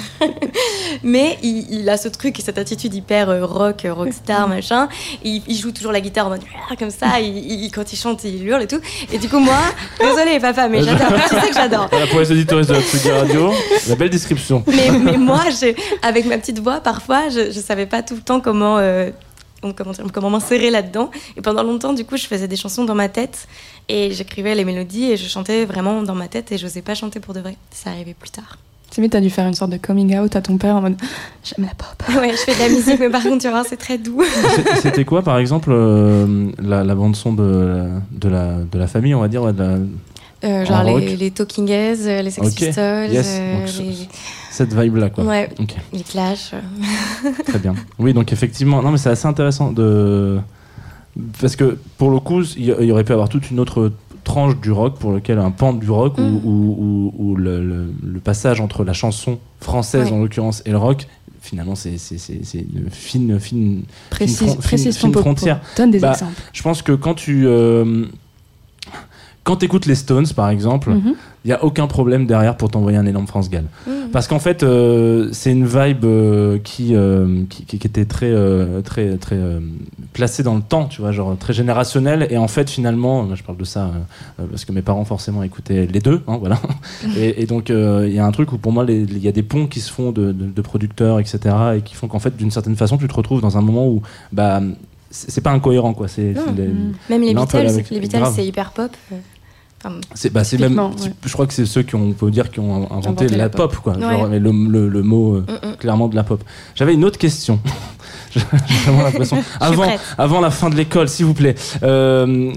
mais il, il a ce truc et cette attitude hyper euh, rock, rockstar machin. Il, il joue toujours la guitare en mode comme ça. Il, il, quand il chante il hurle et tout. Et du coup moi, désolé papa, mais j'adore. Tu sais que j'adore. Voilà, pour les auditeurs de la Tsugi Radio, la belle description. Mais, mais moi, je, avec ma petite voix, parfois, je, je savais pas tout le temps comment. Euh, Comment, comment m'insérer là-dedans. Et pendant longtemps, du coup, je faisais des chansons dans ma tête et j'écrivais les mélodies et je chantais vraiment dans ma tête et je n'osais pas chanter pour de vrai. Ça arrivait plus tard. C'est mieux, t'as dû faire une sorte de coming out à ton père en mode j'aime la pop. Ouais, je fais de la musique, mais par contre, tu vois, c'est très doux. C'était quoi, par exemple, euh, la, la bande-son de, de, la, de la famille, on va dire, ouais, de la... Euh, genre les, les Talking Heads, les Sex okay. Pistols, yes. euh, donc, les... cette vibe-là, quoi. Ouais, okay. les Clash. Très bien. Oui, donc effectivement, non, mais c'est assez intéressant de... Parce que, pour le coup, il y aurait pu avoir toute une autre tranche du rock, pour lequel un pan du rock, mm. où, où, où, où le, le, le passage entre la chanson française, ouais. en l'occurrence, et le rock, finalement, c'est, c'est, c'est, c'est une fine, fine, précise, fine, fron- précise fine, fine frontière. Donne des bah, exemples. Je pense que quand tu... Euh, Quand t'écoutes les Stones, par exemple, il mm-hmm. n'y a aucun problème derrière pour t'envoyer un énorme France Gall. Mm-hmm. Parce qu'en fait, euh, c'est une vibe euh, qui, euh, qui, qui était très, euh, très, très euh, placée dans le temps, tu vois, genre très générationnelle. Et en fait, finalement, je parle de ça euh, parce que mes parents, forcément, écoutaient les deux, hein, voilà. Mm-hmm. Et, et donc, il euh, y a un truc où, pour moi, il y a des ponts qui se font de, de, de producteurs, et cetera, et qui font qu'en fait, d'une certaine façon, tu te retrouves dans un moment où... Bah, c'est pas incohérent, quoi. C'est, c'est les, mmh. Même les Beatles, avec, les Beatles c'est hyper pop. Enfin, c'est, bah, c'est même, ouais. je crois que c'est ceux qui ont, on peut dire, qui ont inventé, inventé la, la pop, pop quoi. Ouais. Genre, le, le, le mot euh, mmh, mmh. clairement de la pop. J'avais une autre question. J'ai vraiment l'impression. Avant, avant la fin de l'école, s'il vous plaît. Euh,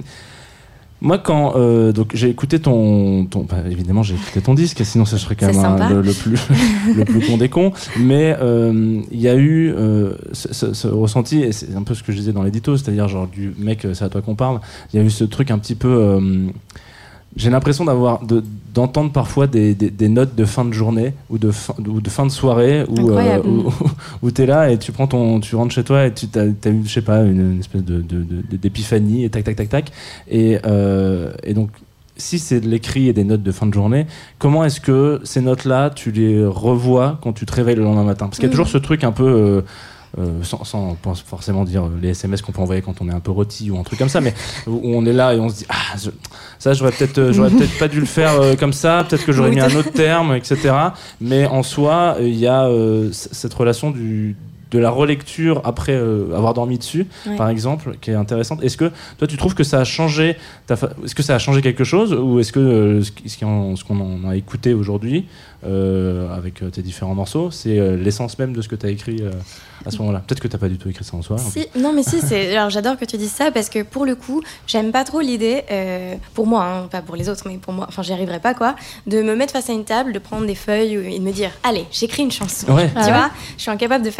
Moi, quand euh, donc j'ai écouté ton, ton bah, évidemment j'ai écouté ton disque, sinon ce serait quand même un, le, le plus le plus con des cons. Mais il euh, y a eu euh, ce, ce, ce ressenti, et c'est un peu ce que je disais dans l'édito, c'est-à-dire genre du mec, c'est à toi qu'on parle. Il y a eu ce truc un petit peu. Euh, j'ai l'impression d'avoir de, d'entendre parfois des, des, des notes de fin de journée ou de fin, ou de fin de soirée où, euh, où, où t'es là et tu prends ton, tu rentres chez toi et tu t'as, t'as eu, je sais pas, une, une espèce de, de, de, d'épiphanie et tac tac tac tac et, euh, et donc si c'est de l'écrit et des notes de fin de journée, comment est-ce que ces notes-là tu les revois quand tu te réveilles le lendemain matin? Parce qu'il y a toujours ce truc un peu euh, Euh, sans, sans forcément dire les S M S qu'on peut envoyer quand on est un peu rôti ou un truc comme ça, mais où on est là et on se dit ah je, ça j'aurais peut-être euh, j'aurais peut-être pas dû le faire euh, comme ça, peut-être que j'aurais mis un autre terme, et cetera. Mais en soi il euh, y a euh, c- cette relation du de la relecture après euh, avoir dormi dessus, ouais. par exemple, qui est intéressante. Est-ce que toi tu trouves que ça a changé ta fa... est-ce que ça a changé quelque chose ou est-ce que euh, ce qu'on en a écouté aujourd'hui euh, avec tes différents morceaux, c'est euh, l'essence même de ce que tu as écrit euh, à ce moment-là? Peut-être que tu n'as pas du tout écrit ça en soi. Si, non, mais si, c'est... Alors, j'adore que tu dises ça parce que pour le coup, j'aime pas trop l'idée, euh, pour moi, hein, pas pour les autres, mais pour moi, enfin, j'y arriverai pas, quoi, de me mettre face à une table, de prendre des feuilles et de me dire allez, j'écris une chanson. Ouais. Tu ah vois, ouais. je suis incapable de faire ça comme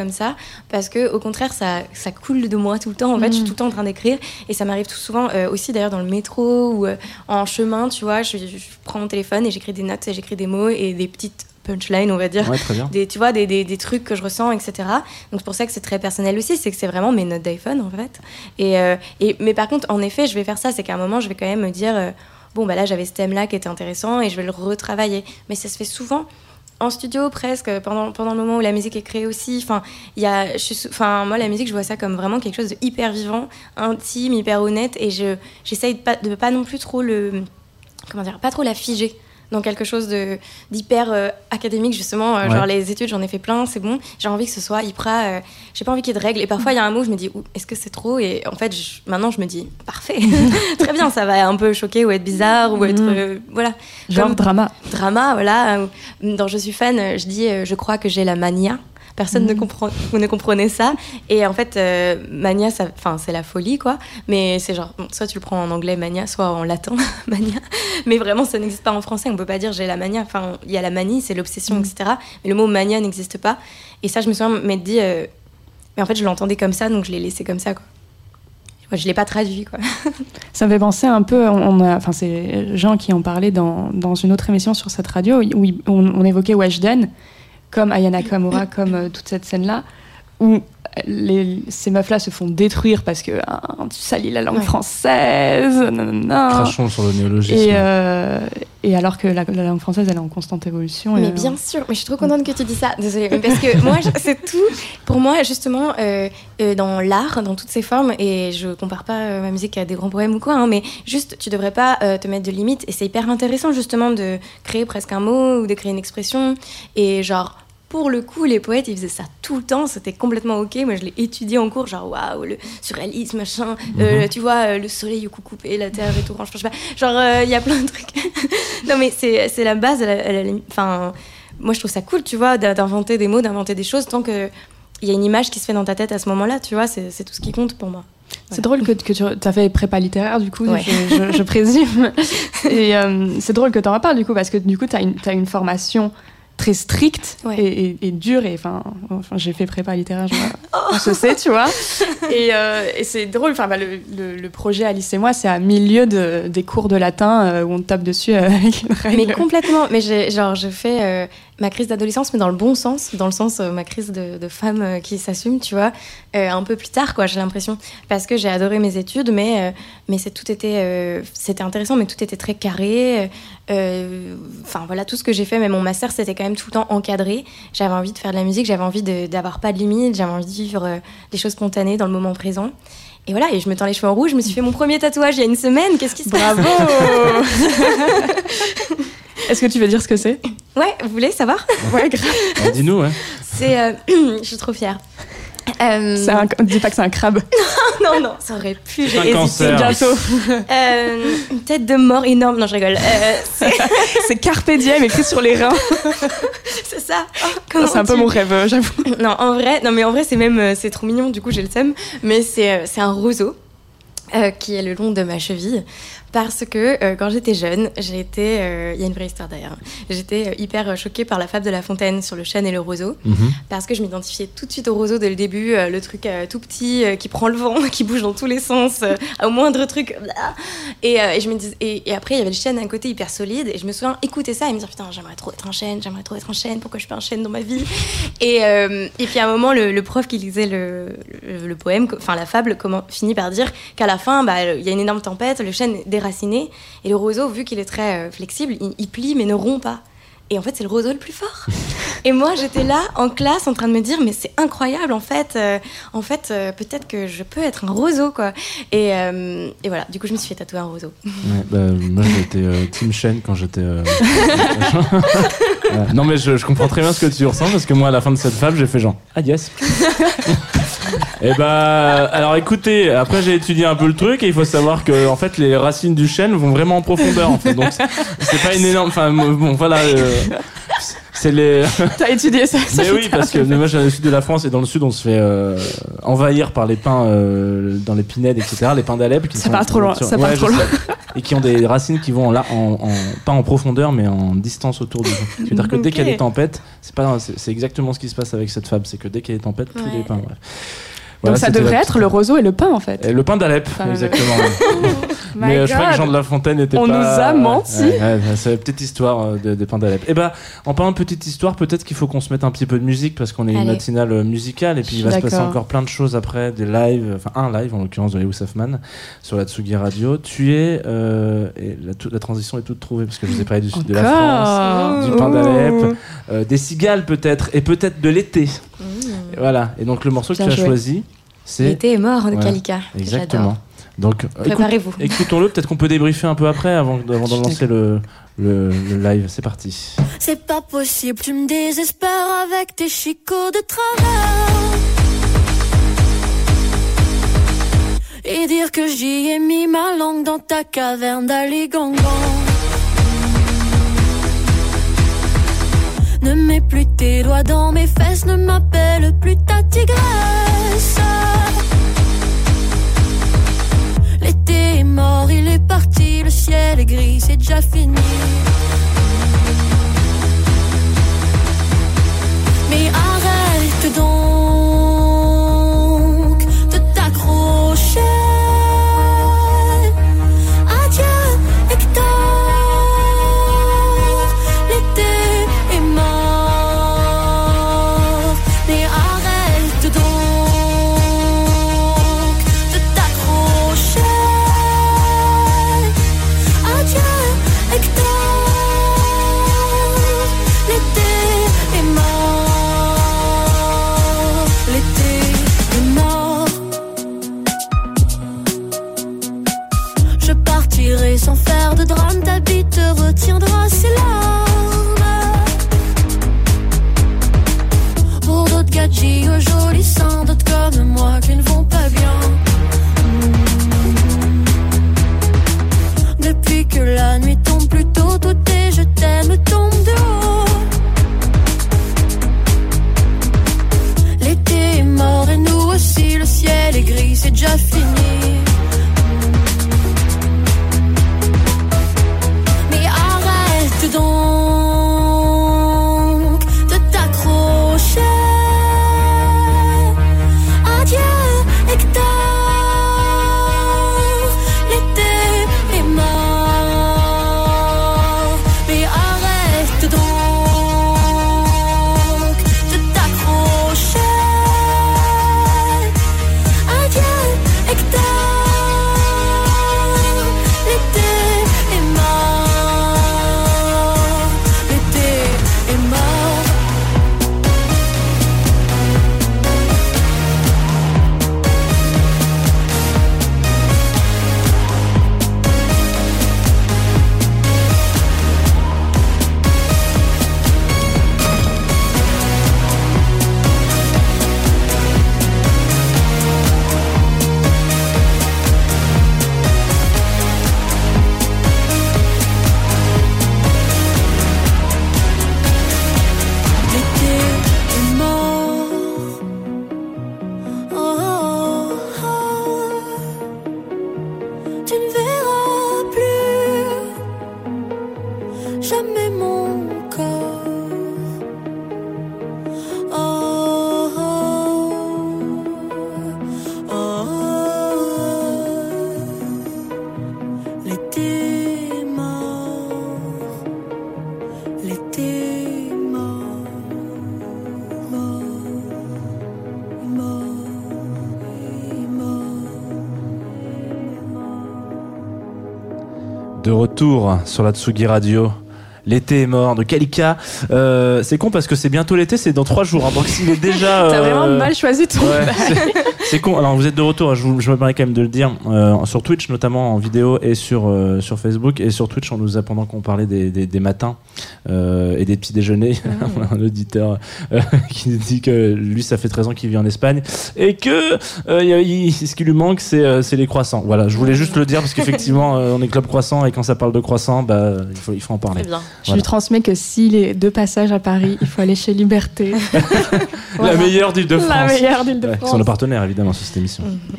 comme ça, parce que au contraire, ça, ça coule de moi tout le temps. En fait, mmh. je suis tout le temps en train d'écrire, et ça m'arrive tout souvent euh, aussi d'ailleurs dans le métro ou euh, en chemin, tu vois, je, je prends mon téléphone et j'écris des notes, et j'écris des mots et des petites punchline, on va dire, ouais, très bien. Des, tu vois, des, des, des trucs que je ressens, et cetera. Donc c'est pour ça que c'est très personnel aussi, c'est que c'est vraiment mes notes d'iPhone en fait. Et, euh, et, mais par contre, en effet, je vais faire ça, c'est qu'à un moment, je vais quand même me dire, euh, bon, bah là, j'avais ce thème-là qui était intéressant et je vais le retravailler. Mais ça se fait souvent en studio presque, pendant, pendant le moment où la musique est créée aussi. Enfin, il y a, je suis, enfin, moi, la musique, je vois ça comme vraiment quelque chose de hyper vivant, intime, hyper honnête, et je, j'essaye de pas, de pas non plus trop le... Comment dire, pas trop la figer dans quelque chose de, d'hyper euh, académique, justement. Euh, ouais. Genre, les études, j'en ai fait plein, c'est bon. J'ai envie que ce soit hyper... Euh, j'ai pas envie qu'il y ait de règles. Et parfois, il y a un mot où je me dis, est-ce que c'est trop ? Et en fait, je, maintenant, je me dis, parfait. Très bien, ça va un peu choquer ou être bizarre ou être... Euh, voilà. Genre Comme, drama. Drama, voilà. Dans Je suis fan, je dis, euh, je crois que j'ai la mania. Personne mmh. ne, comprend, ne comprenait ça. Et en fait, euh, mania, ça, c'est la folie, quoi. Mais c'est genre, bon, soit tu le prends en anglais, mania, soit en latin, mania. Mais vraiment, ça n'existe pas en français. On ne peut pas dire j'ai la mania. Enfin, il y a la manie, c'est l'obsession, mmh. et cetera. Mais le mot mania n'existe pas. Et ça, je me souviens m'être dit... Euh, mais en fait, je l'entendais comme ça, donc je l'ai laissé comme ça, quoi. Ouais, je ne l'ai pas traduit, quoi. Ça me fait penser un peu... On a, enfin, c'est Jean qui en parlait dans, dans une autre émission sur cette radio, où on, on évoquait Weshden, comme Aya Nakamura, comme euh, toute cette scène-là, où les, ces meufs-là se font détruire parce que hein, tu salis la langue ouais. française, nanana. Crachons sur le néologisme. Et, euh, et alors que la, la langue française, elle est en constante évolution. Mais et, bien euh... sûr, mais je suis trop contente que tu dis ça. Désolée, mais parce que moi, c'est tout. Pour moi, justement, euh, euh, dans l'art, dans toutes ses formes, et je compare pas euh, ma musique à des grands poèmes ou quoi, hein, mais juste, tu devrais pas euh, te mettre de limites. Et c'est hyper intéressant, justement, de créer presque un mot ou de créer une expression. Et genre... Pour le coup, les poètes, ils faisaient ça tout le temps, c'était complètement ok. Moi, je l'ai étudié en cours, genre waouh, le surréalisme, machin, mm-hmm. euh, tu vois, euh, le soleil au cou coupé, la terre est orange, je sais pas. Genre, il euh, y a plein de trucs. Non, mais c'est, c'est la base, enfin, moi, je trouve ça cool, tu vois, d'inventer des mots, d'inventer des choses, tant qu'il y a une image qui se fait dans ta tête à ce moment-là, tu vois, c'est, c'est tout ce qui compte pour moi. C'est Voilà. drôle que, que tu as fait prépa littéraire, du coup, ouais. je, je, je présume. Et euh, c'est drôle que tu en parles, du coup, parce que du coup, tu as une, t'as une formation très stricte ouais. et, et, et dure. Et, enfin, enfin, j'ai fait prépa littéraire, je, oh on se sait, tu vois. Et, euh, et c'est drôle, bah, le, le, le projet Alice et moi, c'est à milieu de, des cours de latin euh, où on te tape dessus avec une règle. Mais complètement. Mais j'ai, genre, je fais euh, ma crise d'adolescence, mais dans le bon sens, dans le sens euh, ma crise de, de femme euh, qui s'assume, tu vois, euh, un peu plus tard, quoi, j'ai l'impression. Parce que j'ai adoré mes études, mais, euh, mais c'est, tout était, euh, c'était intéressant, mais tout était très carré. Enfin, euh, voilà, tout ce que j'ai fait, même mon master, c'était quand même tout le temps encadré. J'avais envie de faire de la musique, j'avais envie de, d'avoir pas de limites, j'avais envie de vivre euh, des choses spontanées dans le moment présent. Et voilà, et je me teins les cheveux en rouge, je me suis fait mon premier tatouage il y a une semaine, qu'est-ce qui se passe ? Bravo. Est-ce que tu veux dire ce que c'est ? Ouais, vous voulez savoir ? Ouais, grave. Alors, dis-nous, ouais. C'est... Euh, je suis trop fière. Euh... C'est un, ne dis pas que c'est un crabe. non, non, ça aurait pu. C'est j'ai un hésité cancer. Bientôt. Euh, une tête de mort énorme. Non, je rigole. Euh, c'est... c'est Carpe Diem écrit sur les reins. C'est ça. Oh, c'est un peu mon rêve, j'avoue. Non, en vrai, non, mais en vrai, c'est même, c'est trop mignon. Du coup, j'ai le seum. Mais c'est, c'est un roseau euh, qui est le long de ma cheville. Parce que euh, quand j'étais jeune, j'ai été... Il euh, y a une vraie histoire d'ailleurs. J'étais euh, hyper choquée par la fable de La Fontaine sur le chêne et le roseau. Mm-hmm. Parce que je m'identifiais tout de suite au roseau dès le début. Euh, le truc euh, tout petit, euh, qui prend le vent, qui bouge dans tous les sens, euh, au moindre truc. Et, euh, et, je me dis, et, et après, il y avait le chêne à un côté hyper solide. Et je me souviens écouter ça et me dire, putain, j'aimerais trop être un chêne, j'aimerais trop être un chêne, pourquoi je suis pas un chêne dans ma vie ? Et, euh, et puis à un moment, le, le prof qui lisait le, le, le poème, enfin la fable, comment, finit par dire qu'à la fin, bah, il y a une énorme tempête, le chêne est déraciné. Et le roseau, vu qu'il est très euh, flexible, il, il plie mais ne rompt pas. Et en fait, c'est le roseau le plus fort. Et moi, j'étais là, en classe, en train de me dire, mais c'est incroyable, en fait. Euh, en fait, euh, peut-être que je peux être un roseau, quoi. Et, euh, et voilà, du coup, je me suis fait tatouer un roseau. Ouais, bah, moi, j'étais euh, Team Chêne quand j'étais... Euh... ouais. Non, mais je, je comprends très bien ce que tu ressens, parce que moi, à la fin de cette fable, j'ai fait genre, ah yes. Et bah, alors écoutez, après j'ai étudié un peu le truc et il faut savoir que en fait les racines du chêne vont vraiment en profondeur en fait. Donc c'est pas une énorme, enfin bon voilà, euh, C'est les. T'as étudié ça, ça Mais oui, parce que moi, j'ai le sud de la France et dans le sud, on se fait euh, envahir par les pins euh, dans les pinèdes, et cetera. Les pins d'Alep. Qui ça sont, part trop loin. Sur... Ça ouais, part trop loin. Et qui ont des racines qui vont là, en, en, pas en profondeur, mais en distance autour du. C'est-à-dire que okay. dès qu'il y a des tempêtes, c'est pas, c'est, c'est exactement ce qui se passe avec cette fable, c'est que dès qu'il y a des tempêtes, tous ouais. les pins. Bref. Voilà, donc ça devrait être le roseau et le pain en fait. Et le pain d'Alep, enfin, exactement. Mais euh, je crois que Jean de La Fontaine était on pas. On nous a menti. Ouais, ouais, c'est la petite histoire de, de pain d'Alep. Et bah, en parlant de petite histoire, peut-être qu'il faut qu'on se mette un petit peu de musique parce qu'on est Allez. une matinale musicale et puis il va D'accord. se passer encore plein de choses après, des lives, enfin un live en l'occurrence de Lewis Hoffman sur la Tsugi Radio. Tu es euh, et la, la transition est toute trouvée parce que je vous ai parlé du sud de la France, du pain d'Alep, euh, des cigales peut-être et peut-être de l'été. Mmh. Et voilà. Et donc le morceau Bien que tu joué. as choisi, c'est L'été est mort de ouais, Kalika. Exactement. Donc préparez-vous. Écoute, écoutons-le. Peut-être qu'on peut débriefer un peu après, avant, avant de lancer le, le, le live. C'est parti. C'est pas possible, tu me désespères avec tes chicots de travers. Et dire que j'y ai mis ma langue dans ta caverne d'Aligangan. Ne mets plus tes doigts dans mes fesses, ne m'appelle plus ta tigresse. L'été est mort, il est parti, le ciel est gris, c'est déjà fini. Mais arrête donc de t'accrocher. Adieu Hector, l'été est mort. Mais arrête donc de t'accrocher. Adieu Hector, l'été est mort. L'été est mort. Je partirai sans faire de drame, ta bite te retiendra ses larmes. Pour d'autres gadgets aux jolis seins, d'autres comme moi qui ne vont pas bien. Depuis que la nuit tombe plus tôt, tout est je t'aime tombe de haut. L'été est mort et nous aussi, le ciel est gris, c'est déjà fini. Mais arrête donc de t'accrocher. Adieu Hector, l'été est mort. Mais arrête donc de t'accrocher. Adieu Hector, l'été est mort. L'été est mort. L'été est mort. Oh, oh, oh. Tu ne verras plus jamais mon corps. Oh, oh, oh, oh. L'été est mort. L'été est mort. Mort. De retour sur la Tsugi Radio. L'été est mort de Kalika. Euh, c'est con parce que c'est bientôt l'été, c'est dans trois jours. Hein, donc s'il est déjà. T'as euh, vraiment mal choisi ton. Ouais, c'est, C'est con. Alors vous êtes de retour. Je, vous, je me permets quand même de le dire euh, sur Twitch, notamment en vidéo et sur euh, sur Facebook et sur Twitch. On nous a pendant qu'on parlait des des, des matins euh, et des petits déjeuners, mmh. un auditeur euh, qui dit que lui ça fait treize ans qu'il vit en Espagne et que euh, y a, y, ce qui lui manque c'est euh, c'est les croissants. Voilà. Je voulais juste le dire parce qu'effectivement euh, on est club croissant et quand ça parle de croissants, bah il faut il faut en parler. Bien. Je voilà. lui transmets que s'il est de passage à Paris, il faut aller chez Liberté. Voilà. La meilleure d'Île-de-France. La meilleure d'Île-de-France. Ouais, ils sont nos partenaires évidemment sur cette émission. Mmh.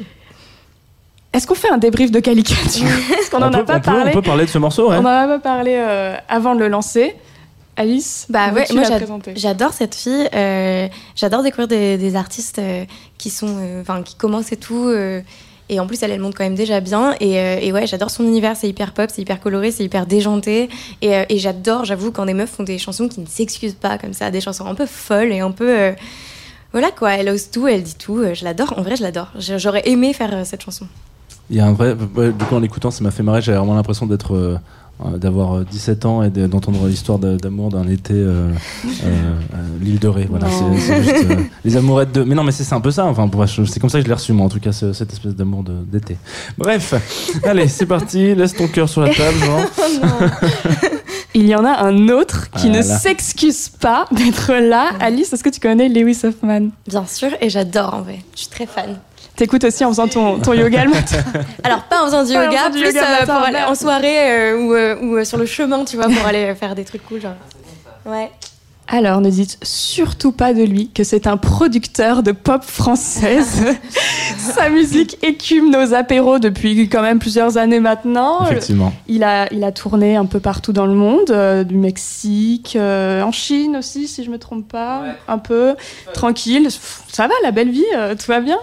Est-ce qu'on fait un débrief de Calicature? Parce qu'on n'en a pas on peut, parlé. On peut parler de ce morceau, ouais. On n'en a pas parlé euh, avant de le lancer. Alice, bah ouais, tu moi l'as j'a- présenté. j'adore cette fille. Euh, j'adore découvrir des, des artistes euh, qui sont, enfin, euh, qui commencent et tout. Euh, et en plus, elle, elle monte quand même déjà bien. Et, euh, et ouais, j'adore son univers. C'est hyper pop, c'est hyper coloré, c'est hyper déjanté. Et, euh, et j'adore, j'avoue, quand des meufs font des chansons qui ne s'excusent pas comme ça, des chansons un peu folles et un peu. Euh, voilà quoi, elle ose tout, elle dit tout. Euh, je l'adore. En vrai, je l'adore. J'aurais aimé faire euh, cette chanson. Il y a un vrai. Du coup, en l'écoutant, ça m'a fait marrer. J'avais vraiment l'impression d'être. Euh, d'avoir dix-sept ans et d'entendre l'histoire d'amour d'un été euh, euh, l'île de Ré. Voilà, c'est, c'est juste euh, les amourettes de. Mais non, mais c'est, c'est un peu ça. Enfin, c'est comme ça que je l'ai reçu moi, en tout cas, ce, cette espèce d'amour de, d'été. Bref, allez, c'est parti. Laisse ton cœur sur la table, genre. Oh il y en a un autre qui voilà. ne s'excuse pas d'être là. Alice, est-ce que tu connais Lewis Hoffman? Bien sûr, et j'adore en vrai. Je suis très fan. T'écoutes aussi en faisant ton, ton yoga le matin? Alors, pas en faisant du pas yoga, en faisant plus du yoga euh, matin, pour aller en soirée euh, ou, euh, ou euh, sur le chemin, tu vois, pour aller faire des trucs cool, genre. Ouais. Alors, ne dites surtout pas de lui que c'est un producteur de pop française. Sa musique écume nos apéros depuis quand même plusieurs années maintenant. Effectivement. Il a, il a tourné un peu partout dans le monde, euh, du Mexique, euh, en Chine aussi, si je ne me trompe pas, ouais. un peu. Ouais. Tranquille, ça va, la belle vie, euh, tout va bien.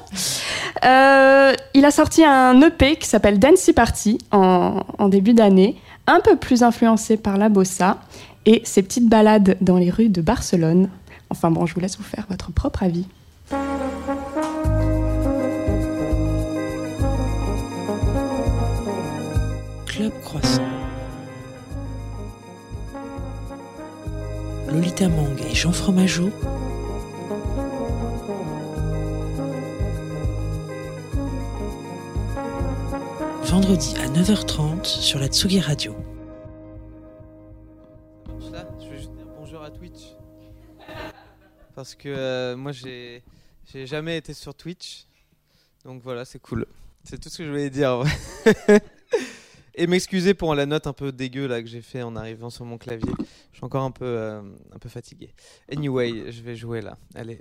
Euh, il a sorti un E P qui s'appelle Dancey Party en, en début d'année, un peu plus influencé par la bossa. Et ces petites balades dans les rues de Barcelone. Enfin bon, je vous laisse vous faire votre propre avis. Club Croissant. Lolita Mang et Jean Fromageau. Vendredi à neuf heures trente sur la Tsugi Radio. Twitch parce que euh, moi j'ai j'ai jamais été sur Twitch, donc voilà, c'est cool, c'est tout ce que je voulais dire. Et m'excuser pour la note un peu dégueu là que j'ai fait en arrivant sur mon clavier, je suis encore un peu euh, un peu fatigué. Anyway, je vais jouer là, allez.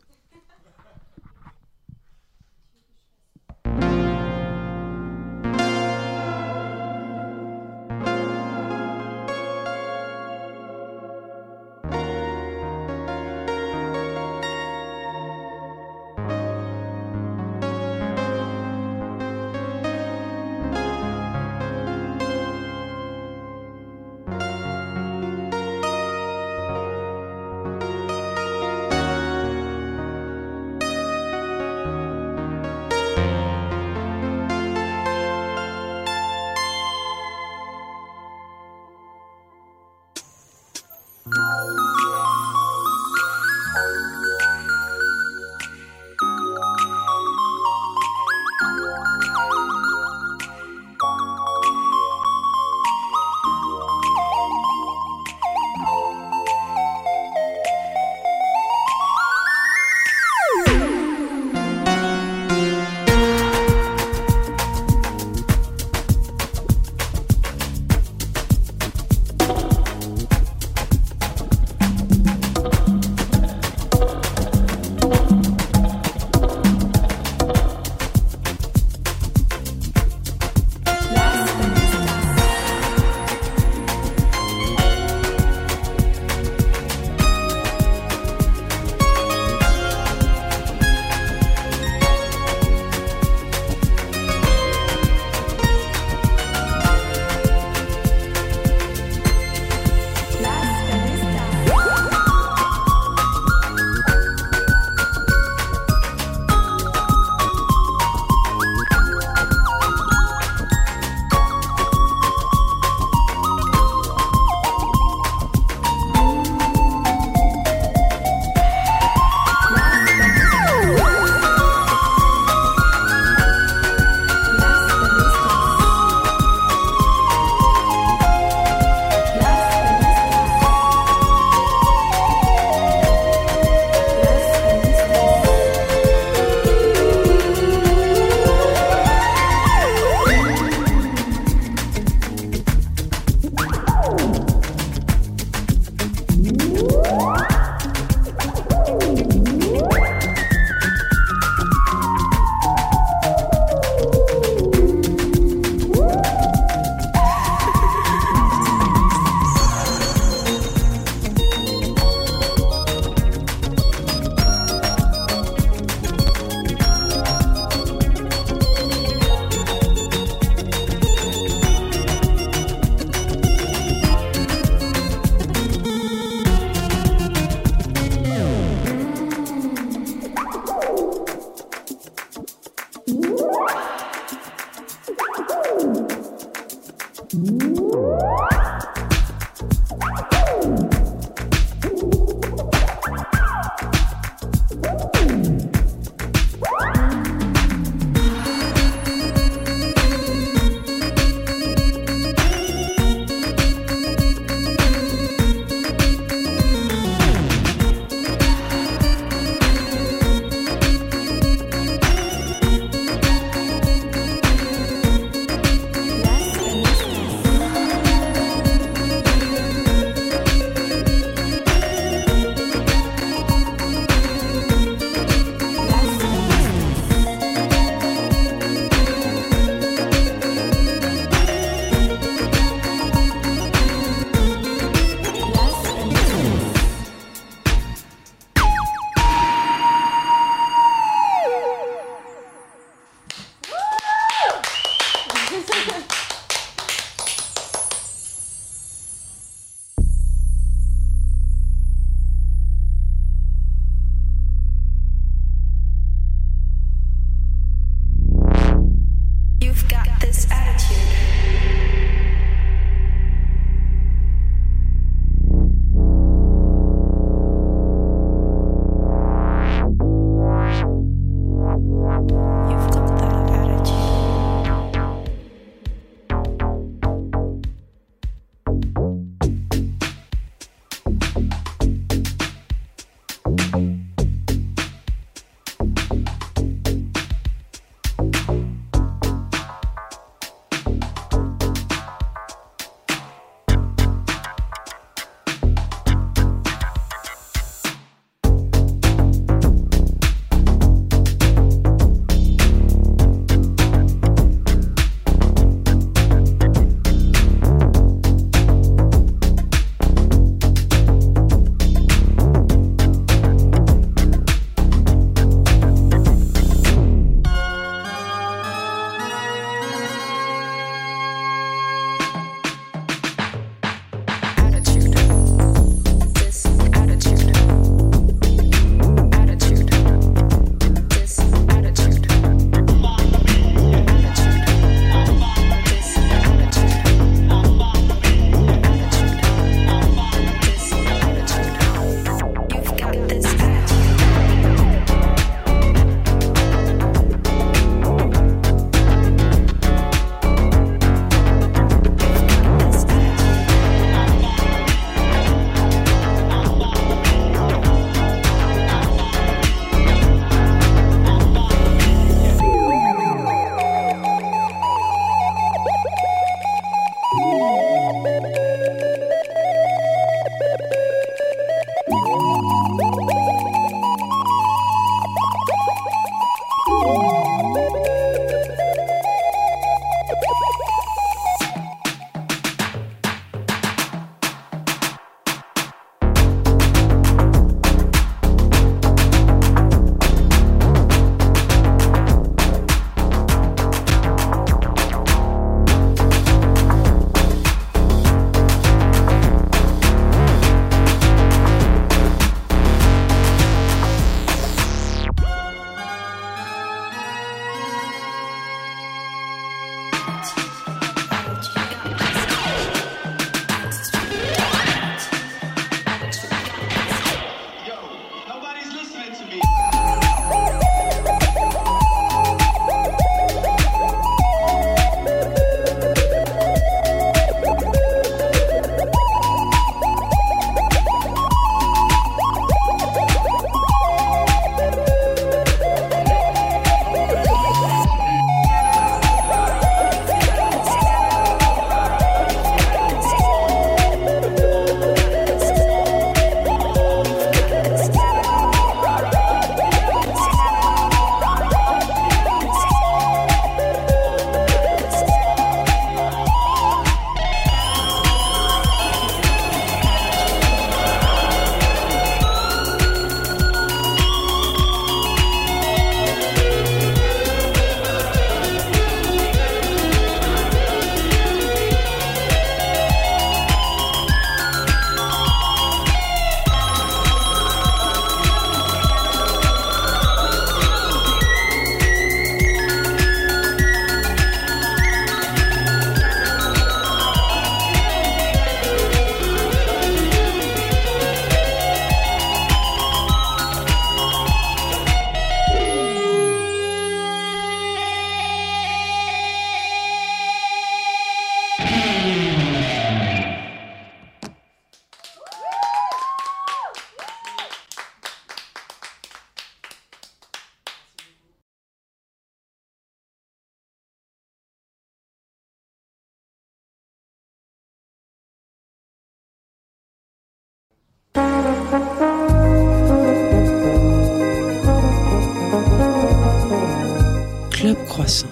Club Croissant.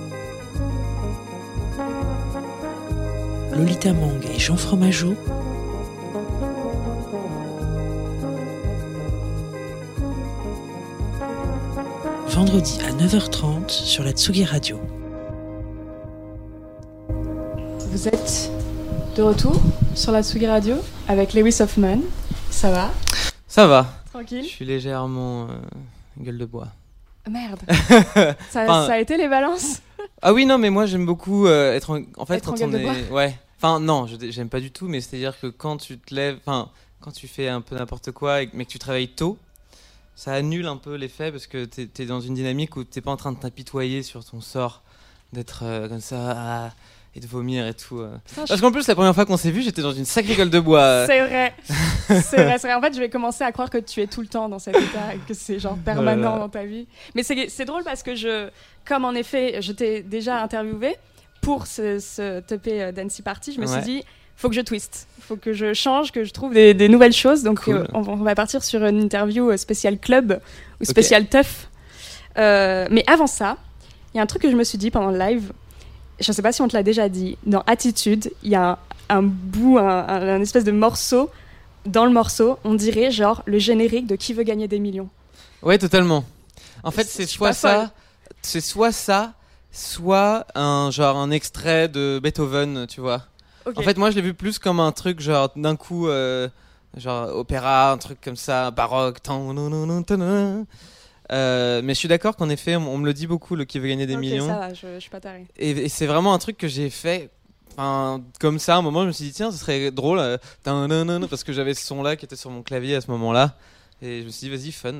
Lolita Mang et Jean Fromageau vendredi à neuf heures trente sur la Tsugi Radio. Vous êtes de retour sur la Tsugi Radio avec Lewis Hoffman. Ça va? Ça va. Tranquille? Je suis légèrement euh, gueule de bois. Merde. ça, enfin, ça a été les balances? Ah oui, non, mais moi j'aime beaucoup euh, être en, en fait être quand en on gueule de est, bois. ouais. Enfin non, je, j'aime pas du tout, mais c'est-à-dire que quand tu te lèves, enfin quand tu fais un peu n'importe quoi, mais que tu travailles tôt, ça annule un peu l'effet parce que t'es, t'es dans une dynamique où t'es pas en train de t'apitoyer sur ton sort, d'être euh, comme ça ah, et de vomir et tout. Euh. Putain, Parce qu'en plus la première fois qu'on s'est vu, j'étais dans une sacrée gueule de bois. Euh. C'est vrai. c'est vrai, c'est vrai. En fait, je vais commencer à croire que tu es tout le temps dans cet état et que c'est genre permanent Voilà. dans ta vie. Mais c'est, c'est drôle parce que je, comme en effet, je t'ai déjà interviewé pour ce, ce T P Dancy Party, je me Ouais. suis dit, faut que je twiste, faut que je change, que je trouve des, des nouvelles choses. Donc, Cool. euh, on, va- on va partir sur une interview euh, spéciale club ou spéciale teuf. Euh, mais avant ça, il y a un truc que je me suis dit pendant le live. Je sais pas si on te l'a déjà dit. Dans Attitude, il y a un, un bout, un, un, un espèce de morceau. Dans le morceau, on dirait genre le générique de Qui veut gagner des millions. Ouais, totalement. En fait, Je c'est suis soit pas folle. ça, c'est soit ça, soit un genre un extrait de Beethoven, tu vois. Ok. En fait, moi, je l'ai vu plus comme un truc genre d'un coup, euh, genre opéra, un truc comme ça, baroque. tan, nan, nan, nan, tan, nan. Euh, mais je suis d'accord qu'en effet, on, on me le dit beaucoup, le Qui veut gagner des Ok, millions. ça va, je, je suis pas tarée. Et, et c'est vraiment un truc que j'ai fait. Enfin, comme ça, à un moment, je me suis dit, tiens, ce serait drôle, euh, tan, nan, nan, parce que j'avais ce son-là qui était sur mon clavier à ce moment-là. Et je me suis dit, vas-y, fun.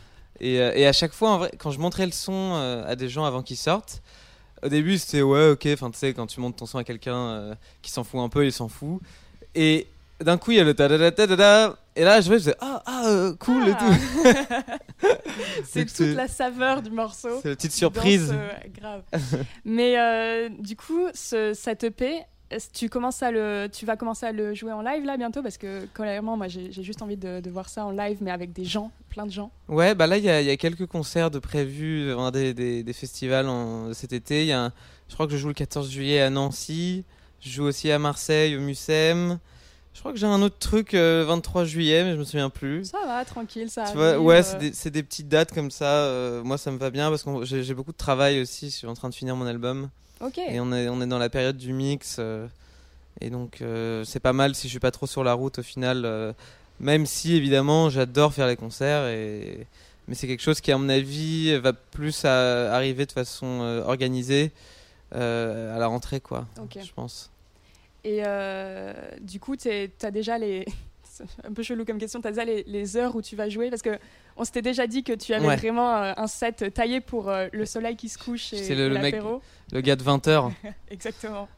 Et, euh, et à chaque fois, en vrai, quand je montrais le son euh, à des gens avant qu'ils sortent, au début, c'était ouais, ok, enfin, tu sais, quand tu montres ton son à quelqu'un euh, qui s'en fout un peu, il s'en fout. Et d'un coup, il y a le ta da da da da da. Et là, je faisais, ah, ah, euh, cool et Ah. tout. C'est Donc, toute c'est- la saveur du morceau. C'est la petite dans surprise. ce- ouais, grave. Mais euh, du coup, ce, cette E P, est-ce que tu, commences à le, tu vas commencer à le jouer en live là bientôt? Parce que clairement, moi j'ai, j'ai juste envie de, de voir ça en live, mais avec des gens, plein de gens. Ouais, bah là, il y, a- il y a quelques concerts de prévus, euh, des, des, des festivals en, cet été. Il y a un- je crois que je joue le quatorze juillet à Nancy. Je joue aussi à Marseille, au Mucem. Je crois que j'ai un autre truc euh, vingt-trois juillet, mais je me souviens plus. Ça va, tranquille, ça Tu vois, arrive, ouais, euh, c'est des, c'est des petites dates comme ça. euh, moi, ça me va bien parce que j'ai, j'ai beaucoup de travail aussi. Je suis en train de finir mon album. Ok. Et on est, on est dans la période du mix. euh, et donc, euh, c'est pas mal si je suis pas trop sur la route au final. euh, même si, évidemment, j'adore faire les concerts. Et... Mais c'est quelque chose qui, à mon avis, va plus à arriver de façon euh, organisée euh, à la rentrée, quoi. Ok. Je pense. Et euh, du coup, tu as déjà les. C'est un peu chelou comme question. Tu as déjà les, les heures où tu vas jouer? Parce qu'on s'était déjà dit que tu avais Ouais. vraiment euh, un set taillé pour euh, le soleil qui se couche et, C'est le- et le mec- l'apéro. Le gars de vingt heures. Exactement.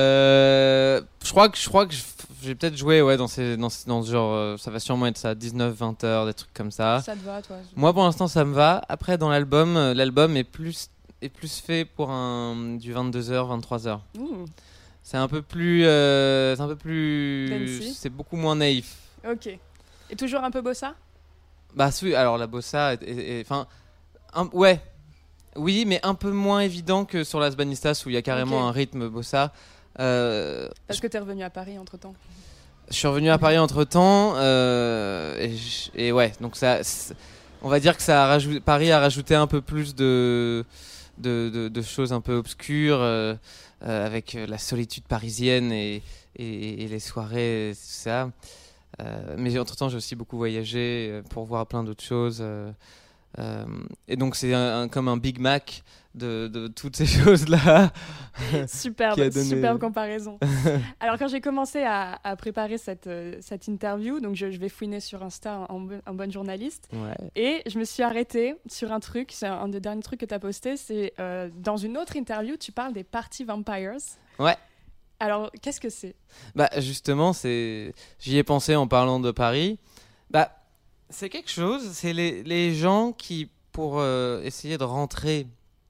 Euh, je crois que je crois que je- j'ai peut-être joué ouais dans ces dans, ce- dans ce genre euh, ça va sûrement être ça dix-neuf vingt heures, des trucs comme ça. Ça te va, toi? Moi pour l'instant ça me va. Après dans l'album euh, l'album est plus est plus fait pour un du vingt-deux heures vingt-trois heures. Ouh, C'est un peu plus euh, c'est un peu plus Dancey. c'est beaucoup moins naïf. ok. Et toujours un peu bossa? Bah oui, alors la bossa est- est- est- enfin un- ouais. Oui, mais un peu moins évident que sur Las Banistas où il y a carrément Ok. un rythme bossa. Euh, Parce que t'es revenu à Paris entre temps. Je suis revenu à Paris entre temps euh, et, je- et ouais donc ça c'est- on va dire que ça a rajouté, Paris a rajouté un peu plus de de, de, de choses un peu obscures euh, euh, avec la solitude parisienne et, et, et les soirées et tout ça euh, mais entre temps j'ai aussi beaucoup voyagé euh, pour voir plein d'autres choses euh, euh, et donc c'est un, un- comme un Big Mac de, de toutes ces choses là. Superbe, Qui a donné- superbe comparaison. Alors quand j'ai commencé à, à préparer cette, euh, cette interview, donc je, je vais fouiner sur Insta en, bo- en bonne journaliste, Ouais. et je me suis arrêtée sur un truc, c'est un des derniers trucs que tu as posté, c'est euh, dans une autre interview, tu parles des Party Vampires. Ouais. Alors qu'est-ce que c'est? Bah justement, c'est j'y ai pensé en parlant de Paris. Bah c'est quelque chose, c'est les, les gens qui pour euh, essayer de rentrer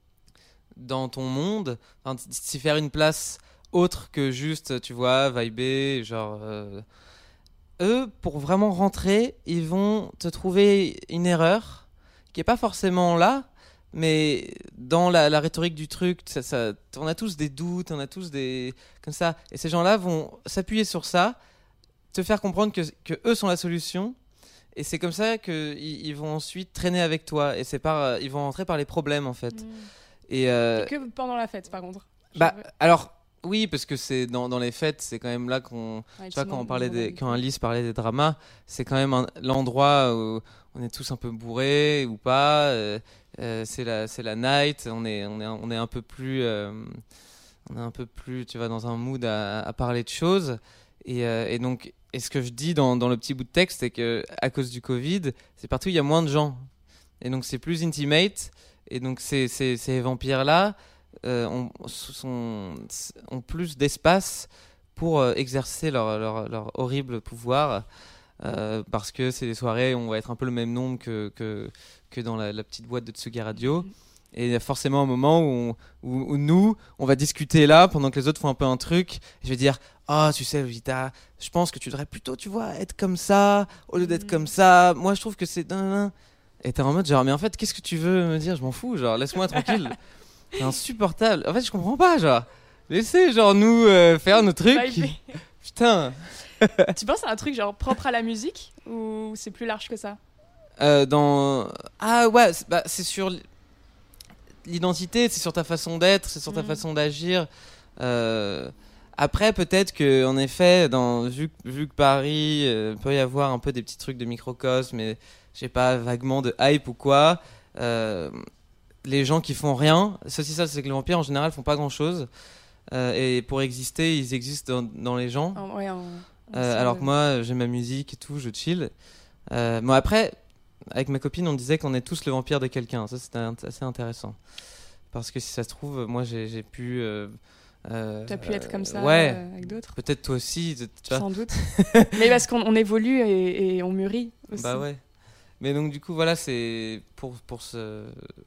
dans ton monde, enfin, s'y faire une place autre que juste, tu vois, vibrer, genre euh, eux, pour vraiment rentrer, ils vont te trouver une erreur qui est pas forcément là, mais dans la, la rhétorique du truc, ça, ça, on a tous des doutes, on a tous des comme ça, et ces gens-là vont s'appuyer sur ça, te faire comprendre que, que eux sont la solution, et c'est comme ça que ils, ils vont ensuite traîner avec toi, et c'est par, ils vont rentrer par les problèmes en fait. Mmh. Et, euh, et que pendant la fête, par contre. Bah alors. Oui, parce que c'est dans, dans les fêtes, c'est quand même là qu'on, ouais, tu vois, quand on parlait des, quand Alice parlait des dramas, c'est quand même un, l'endroit où on est tous un peu bourrés ou pas. Euh, euh, c'est la, c'est la night. On est, on est, on est un peu plus, euh, on est un peu plus, tu vois, dans un mood à, à parler de choses. Et, euh, et donc, et ce que je dis dans, dans le petit bout de texte, c'est que à cause du Covid, c'est partout où il y a moins de gens. Et donc c'est plus intimate. Et donc ces, ces, ces vampires là. Euh, ont, sont, ont plus d'espace pour euh, exercer leur, leur, leur horrible pouvoir euh, parce que c'est des soirées où on va être un peu le même nombre que, que, que dans la, la petite boîte de Tsugi Radio, et il y a forcément un moment où, on, où, où nous on va discuter là pendant que les autres font un peu un truc, et je vais dire ah oh, tu sais Vita, je pense que tu devrais plutôt tu vois être comme ça au lieu d'être mmh. comme ça, moi je trouve que c'est et t'es en mode genre mais en fait qu'est-ce que tu veux me dire, je m'en fous, genre laisse-moi tranquille. C'est insupportable. En fait, je comprends pas, genre. Laissez, genre, nous euh, faire nos trucs. Putain. Tu penses à un truc, genre, propre à la musique ou c'est plus large que ça euh, Dans... Ah ouais, c'est, bah, c'est sur l'identité, c'est sur ta façon d'être, c'est sur ta mmh. façon d'agir. Euh... Après, peut-être qu'en effet, dans... vu, vu que Paris euh, peut y avoir un peu des petits trucs de microcosme, mais je sais pas, vaguement de hype ou quoi... Euh... Les gens qui font rien, ceci ça c'est que les vampires en général font pas grand chose euh, et pour exister ils existent dans, dans les gens. Oh, ouais, on, on euh, alors que moi j'ai ma musique et tout, je chill. Euh, bon après avec ma copine on disait qu'on est tous le vampire de quelqu'un, ça c'était assez intéressant parce que si ça se trouve moi j'ai, j'ai pu. Euh, euh, T'as pu être comme ça ouais, euh, avec d'autres. Peut-être toi aussi. Tu vois. Sans doute. Mais parce qu'on on évolue et, et on mûrit aussi. Bah ouais. Mais donc du coup voilà c'est pour pour ce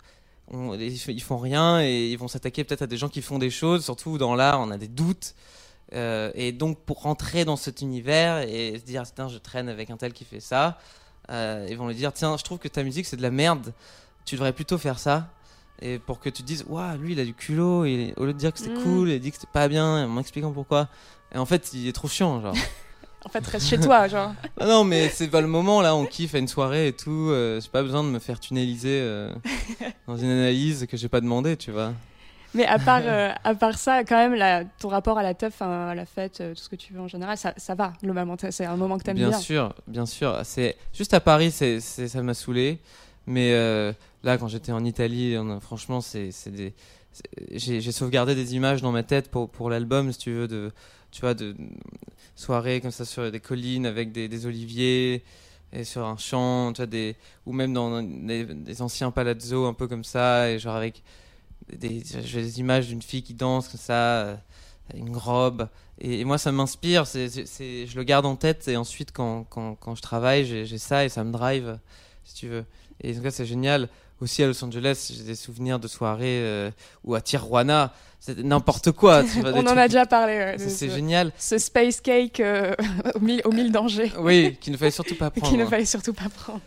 On, ils font rien et ils vont s'attaquer peut-être à des gens qui font des choses, surtout dans l'art on a des doutes euh, et donc pour rentrer dans cet univers et se dire tiens je traîne avec un tel qui fait ça, euh, ils vont lui dire tiens je trouve que ta musique c'est de la merde, tu devrais plutôt faire ça, et pour que tu te dises waouh lui il a du culot, et au lieu de dire que c'était mmh. cool il dit que c'était pas bien en m'expliquant pourquoi, et en fait il est trop chiant genre. En fait, reste chez toi, genre. Ah non, mais c'est pas le moment, là, on kiffe à une soirée et tout. Euh, j'ai pas besoin de me faire tunneliser euh, dans une analyse que j'ai pas demandé, tu vois. Mais à part, euh, à part ça, quand même, la, ton rapport à la teuf, à la fête, euh, tout ce que tu veux en général, ça, ça va, globalement. C'est un moment que t'aimes bien. Bien sûr, bien sûr. C'est, juste à Paris, c'est, c'est, ça m'a saoulé. Mais euh, là, quand j'étais en Italie, on, franchement, c'est, c'est des, c'est, j'ai, j'ai sauvegardé des images dans ma tête pour, pour l'album, si tu veux, de... tu vois, de soirées comme ça sur des collines avec des, des oliviers et sur un champ, tu vois, des, ou même dans des, des anciens palazzo un peu comme ça, et genre avec des, j'ai des images d'une fille qui danse comme ça, une robe, et, et moi ça m'inspire, c'est, c'est, c'est, je le garde en tête, et ensuite quand, quand, quand je travaille, j'ai, j'ai ça et ça me drive, si tu veux. Et en tout cas c'est génial. Aussi à Los Angeles, j'ai des souvenirs de soirées euh, ou à Tijuana, c'est n'importe quoi. Tu vois, on en trucs... a déjà parlé. Ouais, c'est, c'est ce, génial. Ce space cake euh, aux, mille, aux mille dangers. Oui, qu'il ne fallait surtout pas prendre. Qu'il ne fallait surtout pas prendre.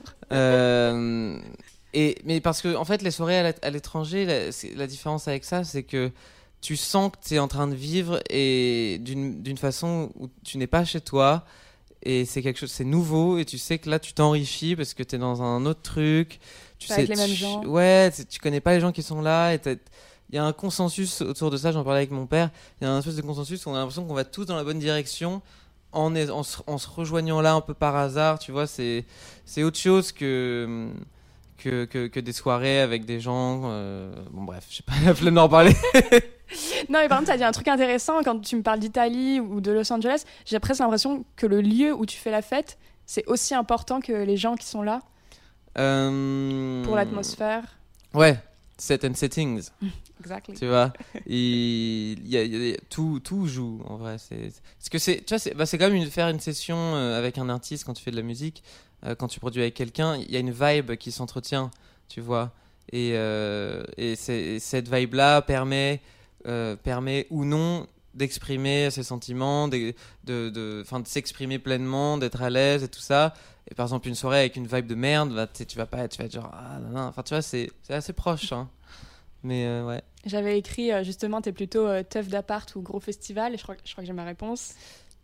Euh, et, mais parce que en fait, les soirées à l'étranger, la, la différence avec ça, c'est que tu sens que tu es en train de vivre et d'une, d'une façon où tu n'es pas chez toi. Et c'est quelque chose, c'est nouveau, et tu sais que là tu t'enrichis parce que tu es dans un autre truc. Tu sais, avec les mêmes tu, gens. Ouais, tu connais pas les gens qui sont là, et il y a un consensus autour de ça. J'en parlais avec mon père. Il y a un espèce de consensus où on a l'impression qu'on va tous dans la bonne direction en, est, en, se, en se rejoignant là un peu par hasard. Tu vois, c'est c'est autre chose que que, que que des soirées avec des gens. Euh, bon bref, j'ai pas la flemme d'en parler. Non, mais par contre, tu as dit un truc intéressant quand tu me parles d'Italie ou de Los Angeles. J'ai presque l'impression que le lieu où tu fais la fête, c'est aussi important que les gens qui sont là. Euh... Pour l'atmosphère. Ouais, set and settings. Exactly. Tu vois, il y a, il y a, tout, tout joue en vrai. C'est, parce que c'est, tu vois, c'est, bah, c'est comme une, faire une session euh, avec un artiste quand tu fais de la musique, euh, quand tu produis avec quelqu'un, il y a une vibe qui s'entretient, tu vois. Et, euh, et, c'est, et cette vibe-là permet, euh, permet ou non d'exprimer ses sentiments, de, de, de, de s'exprimer pleinement, d'être à l'aise et tout ça. Et par exemple, une soirée avec une vibe de merde, bah, tu vas pas être, tu vas être genre, ah non, non. Enfin, tu vois, c'est, c'est assez proche. Hein. Mais euh, ouais. J'avais écrit, euh, justement, t'es plutôt euh, teuf d'appart ou gros festival, et je crois, je crois que j'ai ma réponse.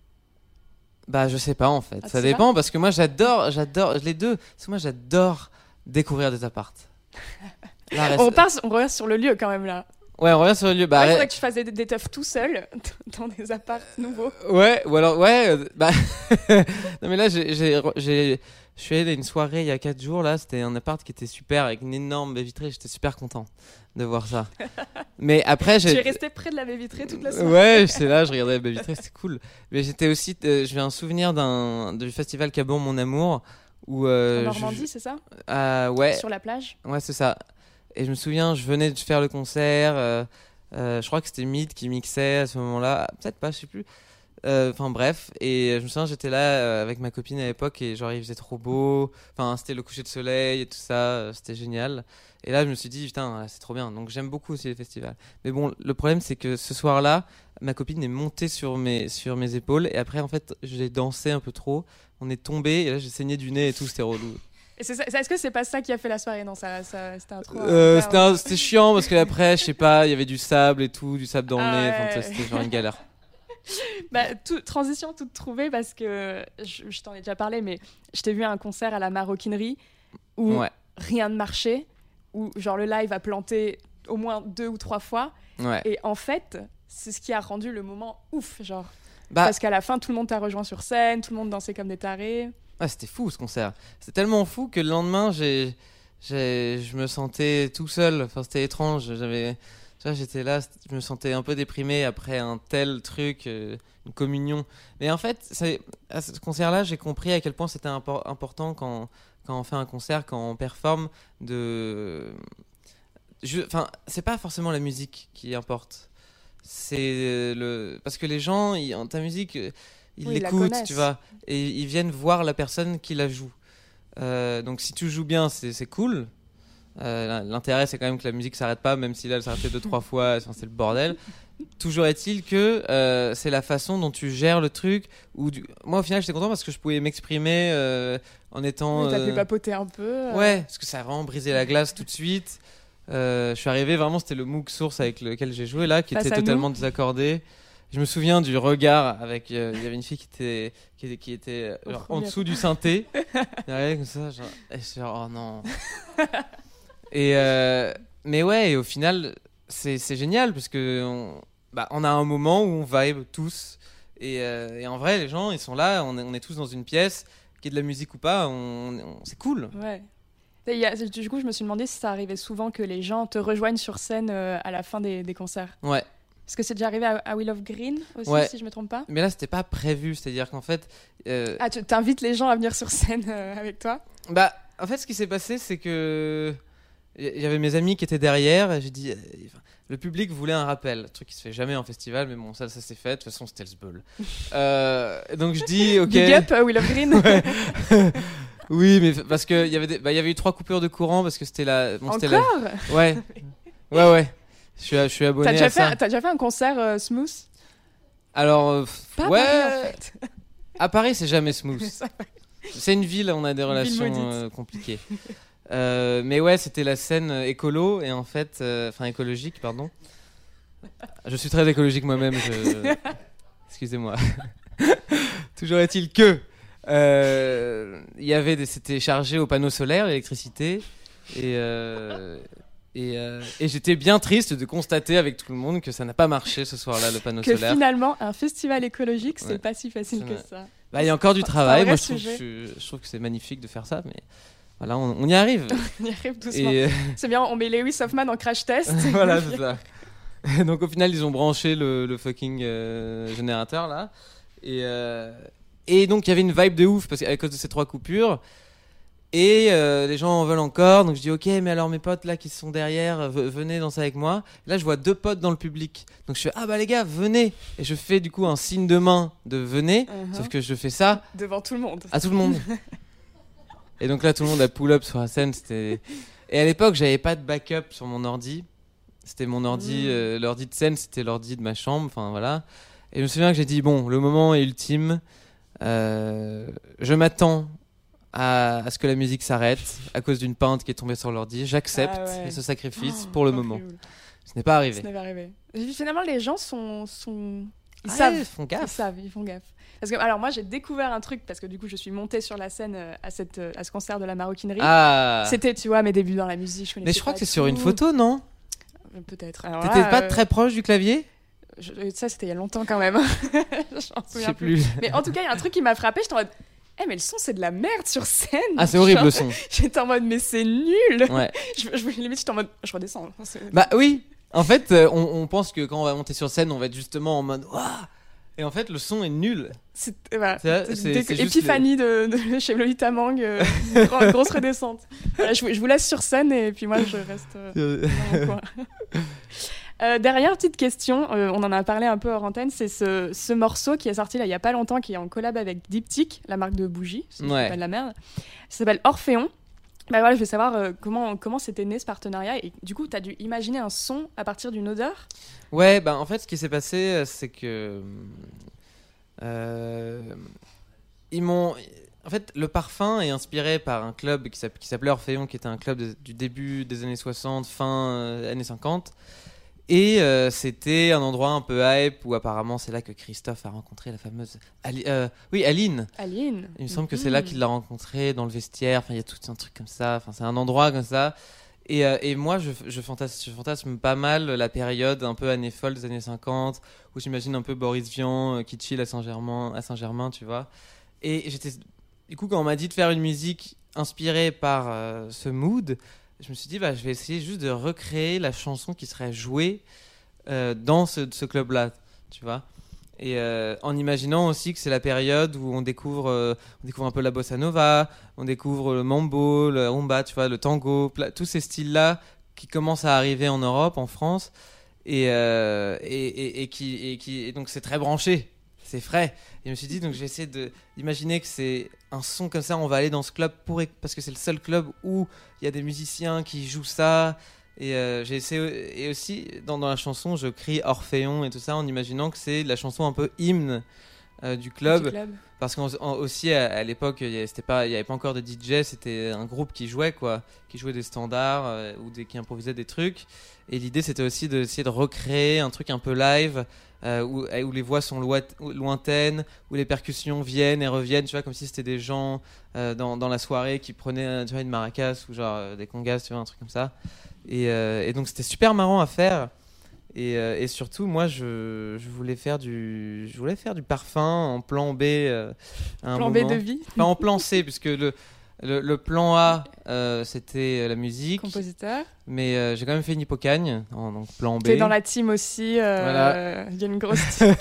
Bah, je sais pas en fait. Ah, ça dépend pas parce que moi, j'adore, j'adore les deux. Parce que moi, j'adore découvrir des appartes. Là, reste... on, part, on revient sur le lieu quand même là. Ouais, on revient sur le lieu. Bah, ouais, il ré... faudrait que tu fasses des, des teufs tout seul dans des apparts nouveaux. Ouais, ou alors, ouais, euh, bah. non, mais là, j'ai, j'ai, j'ai, je suis allé à une soirée il y a quatre jours, là. C'était un appart qui était super avec une énorme baie vitrée. J'étais super content de voir ça. Mais après, j'ai. Tu es resté près de la baie vitrée toute la soirée. Ouais, j'étais là, je regardais la baie vitrée, c'était cool. Mais j'étais aussi. Euh, j'ai un souvenir d'un, du festival Cabourg Mon Amour. Où, euh, en Normandie, je... c'est ça euh, Ouais. Sur la plage. Ouais, c'est ça. Et je me souviens, je venais de faire le concert. Euh, euh, je crois que c'était Mead qui mixait à ce moment-là. Peut-être pas, je sais plus. Enfin euh, bref. Et je me souviens, j'étais là euh, avec ma copine à l'époque et genre il faisait trop beau. Enfin, c'était le coucher de soleil et tout ça. Euh, c'était génial. Et là, je me suis dit, putain, c'est trop bien. Donc j'aime beaucoup aussi les festivals. Mais bon, le problème, c'est que ce soir-là, ma copine est montée sur mes, sur mes épaules. Et après, en fait, j'ai dansé un peu trop. On est tombé et là, j'ai saigné du nez et tout. C'était relou. Et c'est ça, est-ce que c'est pas ça qui a fait la soirée? Non, ça, ça, c'était un trop. Euh, c'était, un, c'était chiant parce qu'après, je sais pas, il y avait du sable et tout, du sable dans le ah nez. Ouais. Enfin, c'était genre une galère. Bah, tout, transition toute trouvée parce que je, je t'en ai déjà parlé, mais je t'ai vu à un concert à la Maroquinerie où ouais. rien ne marchait, où genre le live a planté au moins deux ou trois fois. Ouais. Et en fait, c'est ce qui a rendu le moment ouf, genre. Bah, parce qu'à la fin, tout le monde t'a rejoint sur scène, tout le monde dansait comme des tarés. Ah, c'était fou ce concert. C'était tellement fou que le lendemain, j'ai, j'ai, je me sentais tout seul. Enfin, c'était étrange. J'avais, tu vois, j'étais là, je me sentais un peu déprimé après un tel truc, euh, une communion. Mais en fait, c'est, à ce concert-là, j'ai compris à quel point c'était impor- important quand, quand on fait un concert, quand on performe, de, je, enfin, c'est pas forcément la musique qui importe. C'est le, parce que les gens, ils, ta musique. Ils oui, l'écoutent, tu vois, et ils viennent voir la personne qui la joue. Euh, donc si tu joues bien, c'est, c'est cool. Euh, l'intérêt, c'est quand même que la musique s'arrête pas, même si là, elle s'arrêtait deux, trois fois, enfin, c'est le bordel. Toujours est-il que euh, c'est la façon dont tu gères le truc. Où du... Moi, au final, j'étais content parce que je pouvais m'exprimer euh, en étant... Oui, t'as euh... pu papoter un peu. Euh... Ouais, parce que ça a vraiment brisé la glace tout de suite. Euh, je suis arrivé, vraiment, c'était le MOOC Source avec lequel j'ai joué là, qui Face était totalement désaccordé. Je me souviens du regard avec. Euh, il y avait une fille qui était, qui était, qui était euh, genre, en dessous du synthé. Derrière, comme ça, genre, et je genre, oh non. et, euh, mais ouais, et au final, c'est, c'est génial parce que on, bah, on a un moment où on vibe tous. Et, euh, et en vrai, les gens, ils sont là, on est, on est tous dans une pièce, qu'il y ait de la musique ou pas, on, on, c'est cool. Ouais. Et y a, du coup, je me suis demandé si ça arrivait souvent que les gens te rejoignent sur scène euh, à la fin des, des concerts. Ouais. Est-ce que c'est déjà arrivé à, à Will of Green aussi, ouais. si je me trompe pas? Mais là, c'était pas prévu, c'est-à-dire qu'en fait. Euh... Ah, tu invites les gens à venir sur scène euh, avec toi? Bah, en fait, ce qui s'est passé, c'est que il y avait mes amis qui étaient derrière, et j'ai dit, euh, le public voulait un rappel, un truc qui se fait jamais en festival, mais bon, ça, ça s'est fait. De toute façon, c'était le sbul. euh, donc je dis, ok. Big up, uh, Will of Green. Ouais. Oui, mais parce que il y avait, des... bah, il y avait eu trois coupures de courant parce que c'était la. Bon, Encore c'était la... Ouais, ouais, ouais. Je suis, je suis abonné t'as déjà à fait, ça. T'as déjà fait un concert euh, smooth? Alors, euh, pas ouais. À Paris, en fait. À Paris, c'est jamais smooth. C'est une ville, on a des relations euh, compliquées. euh, mais ouais, c'était la scène écolo et en fait, enfin euh, écologique, pardon. Je suis très écologique moi-même. Je... Excusez-moi. Toujours est-il que il euh, y avait, des... c'était chargé au panneau solaire, l'électricité et. Euh... Et, euh, et j'étais bien triste de constater avec tout le monde que ça n'a pas marché ce soir-là, le panneau que solaire. Que finalement, un festival écologique, c'est ouais. pas si facile c'est que ça. Bah, il y a encore du travail. Moi, je trouve, sujet. je, je trouve que c'est magnifique de faire ça, mais voilà, on, on y arrive. On y arrive doucement. Et... C'est bien, on met Lewis Hoffman en crash test. Voilà, c'est ça. Donc au final, ils ont branché le, le fucking euh, générateur là. Et, euh, et donc il y avait une vibe de ouf parce qu'à cause de ces trois coupures. Et euh, les gens en veulent encore, donc je dis ok, mais alors mes potes là qui sont derrière, v- venez danser avec moi. Et là je vois deux potes dans le public, donc je fais ah bah les gars venez, et je fais du coup un signe de main de venez, uh-huh. Sauf que je fais ça devant tout le monde. À tout le monde. Et donc là tout le monde a pull up sur la scène, c'était. Et à l'époque j'avais pas de backup sur mon ordi, C'était mon ordi, Mmh. euh, l'ordi de scène, c'était l'ordi de ma chambre, enfin voilà. Et je me souviens que j'ai dit, bon, le moment est ultime, euh, je m'attends à, à ce que la musique s'arrête à cause d'une pinte qui est tombée sur l'ordi, j'accepte Ah ouais. ce sacrifice Oh, pour le horrible. moment. Ce n'est pas arrivé. Ça n'est pas arrivé. Et puis, finalement, les gens sont, sont... ils Ah, savent, ils font ils gaffe. savent, ils font gaffe. Parce que alors moi j'ai découvert un truc parce que du coup je suis montée sur la scène euh, à cette euh, à ce concert de la maroquinerie. Ah. C'était tu vois mes débuts dans la musique. Je Mais je crois pas que c'est sur une tout. photo, non? Euh, Peut-être. Alors T'étais là, pas euh, très proche du clavier? je- Ça c'était il y a longtemps quand même. Je m'en Je souviens sais plus. plus. Mais en tout cas il y a un truc qui m'a frappé. J'étais en mode eh mais le son c'est de la merde sur scène. Ah, c'est horrible Genre, le son. J'étais en mode mais c'est nul. Ouais. je, je, limite j'étais en mode je redescends. C'est- Bah oui. En fait, euh, on, on pense que quand on va monter sur scène, on va être justement en mode waouh. Et en fait, le son est nul. C'est voilà. C'est- C'est- c'est- dès- c'est juste Épiphanie de, de chez Lolita Mang, euh, gro- grosse redescente. Voilà, je, vous- je vous laisse sur scène et puis moi je reste euh, Euh, dans mon coin. Euh, dernière petite question, euh, on en a parlé un peu hors antenne, c'est ce, ce morceau qui est sorti là il y a pas longtemps, qui est en collab avec Diptyque, la marque de bougies, si je Ouais. dis pas de la merde. Ça s'appelle Orphéon. Bah voilà, je veux savoir euh, comment comment c'était né ce partenariat et du coup tu as dû imaginer un son à partir d'une odeur. Ouais, bah en fait, ce qui s'est passé, euh, c'est que euh, ils m'ont. En fait, le parfum est inspiré par un club qui s'app- qui s'appelait Orphéon, qui était un club de- du début des années soixante, fin euh, années cinquante. Et euh, c'était un endroit un peu hype où apparemment c'est là que Christophe a rencontré la fameuse Ali- euh, oui, Aline. Aline. Il me semble que Mhm. c'est là qu'il l'a rencontrée dans le vestiaire. Enfin, il y a tout un truc comme ça. Enfin, c'est un endroit comme ça. Et, euh, et moi, je, je, fantasme, je fantasme pas mal la période un peu années folles des années cinquante, où j'imagine un peu Boris Vian euh, qui chill à Saint-Germain, à Saint-Germain, tu vois. Et j'étais, du coup, quand on m'a dit de faire une musique inspirée par euh, ce mood, je me suis dit, bah, je vais essayer juste de recréer la chanson qui serait jouée euh, dans ce, ce club-là, tu vois. Et euh, en imaginant aussi que c'est la période où on découvre, euh, on découvre un peu la bossa nova, on découvre le mambo, le rumba, tu vois, le tango, pla- tous ces styles-là qui commencent à arriver en Europe, en France, et, euh, et, et, et qui, et qui, et donc c'est très branché, c'est frais. Et je me suis dit, donc je vais essayer de, d'imaginer que c'est un son comme ça, on va aller dans ce club pour, parce que c'est le seul club où il y a des musiciens qui jouent ça. Et euh, j'ai essayé, et aussi dans, dans la chanson, je crie Orphéon et tout ça en imaginant que c'est la chanson un peu hymne euh, du club. Du club. Parce qu'aussi à, à l'époque, il n'y avait pas encore de D J, c'était un groupe qui jouait, quoi, qui jouait des standards euh, ou des, qui improvisait des trucs. Et l'idée, c'était aussi d'essayer de recréer un truc un peu live euh, où, où les voix sont loi- lointaines, où les percussions viennent et reviennent, tu vois, comme si c'était des gens euh, dans, dans la soirée qui prenaient tu vois, une maracas ou genre euh, des congas, tu vois, un truc comme ça. Et, euh, et donc, c'était super marrant à faire. Et, euh, et surtout, moi, je, je voulais faire du, je voulais faire du parfum en plan B. Euh, à un Plan moment. B de vie. Pas en plan C, puisque le, le, le plan A, euh, c'était la musique. Compositeur. Mais euh, j'ai quand même fait une hypocagne, en donc plan B. T'es dans la team aussi. euh, Voilà. Il y a une grosse team.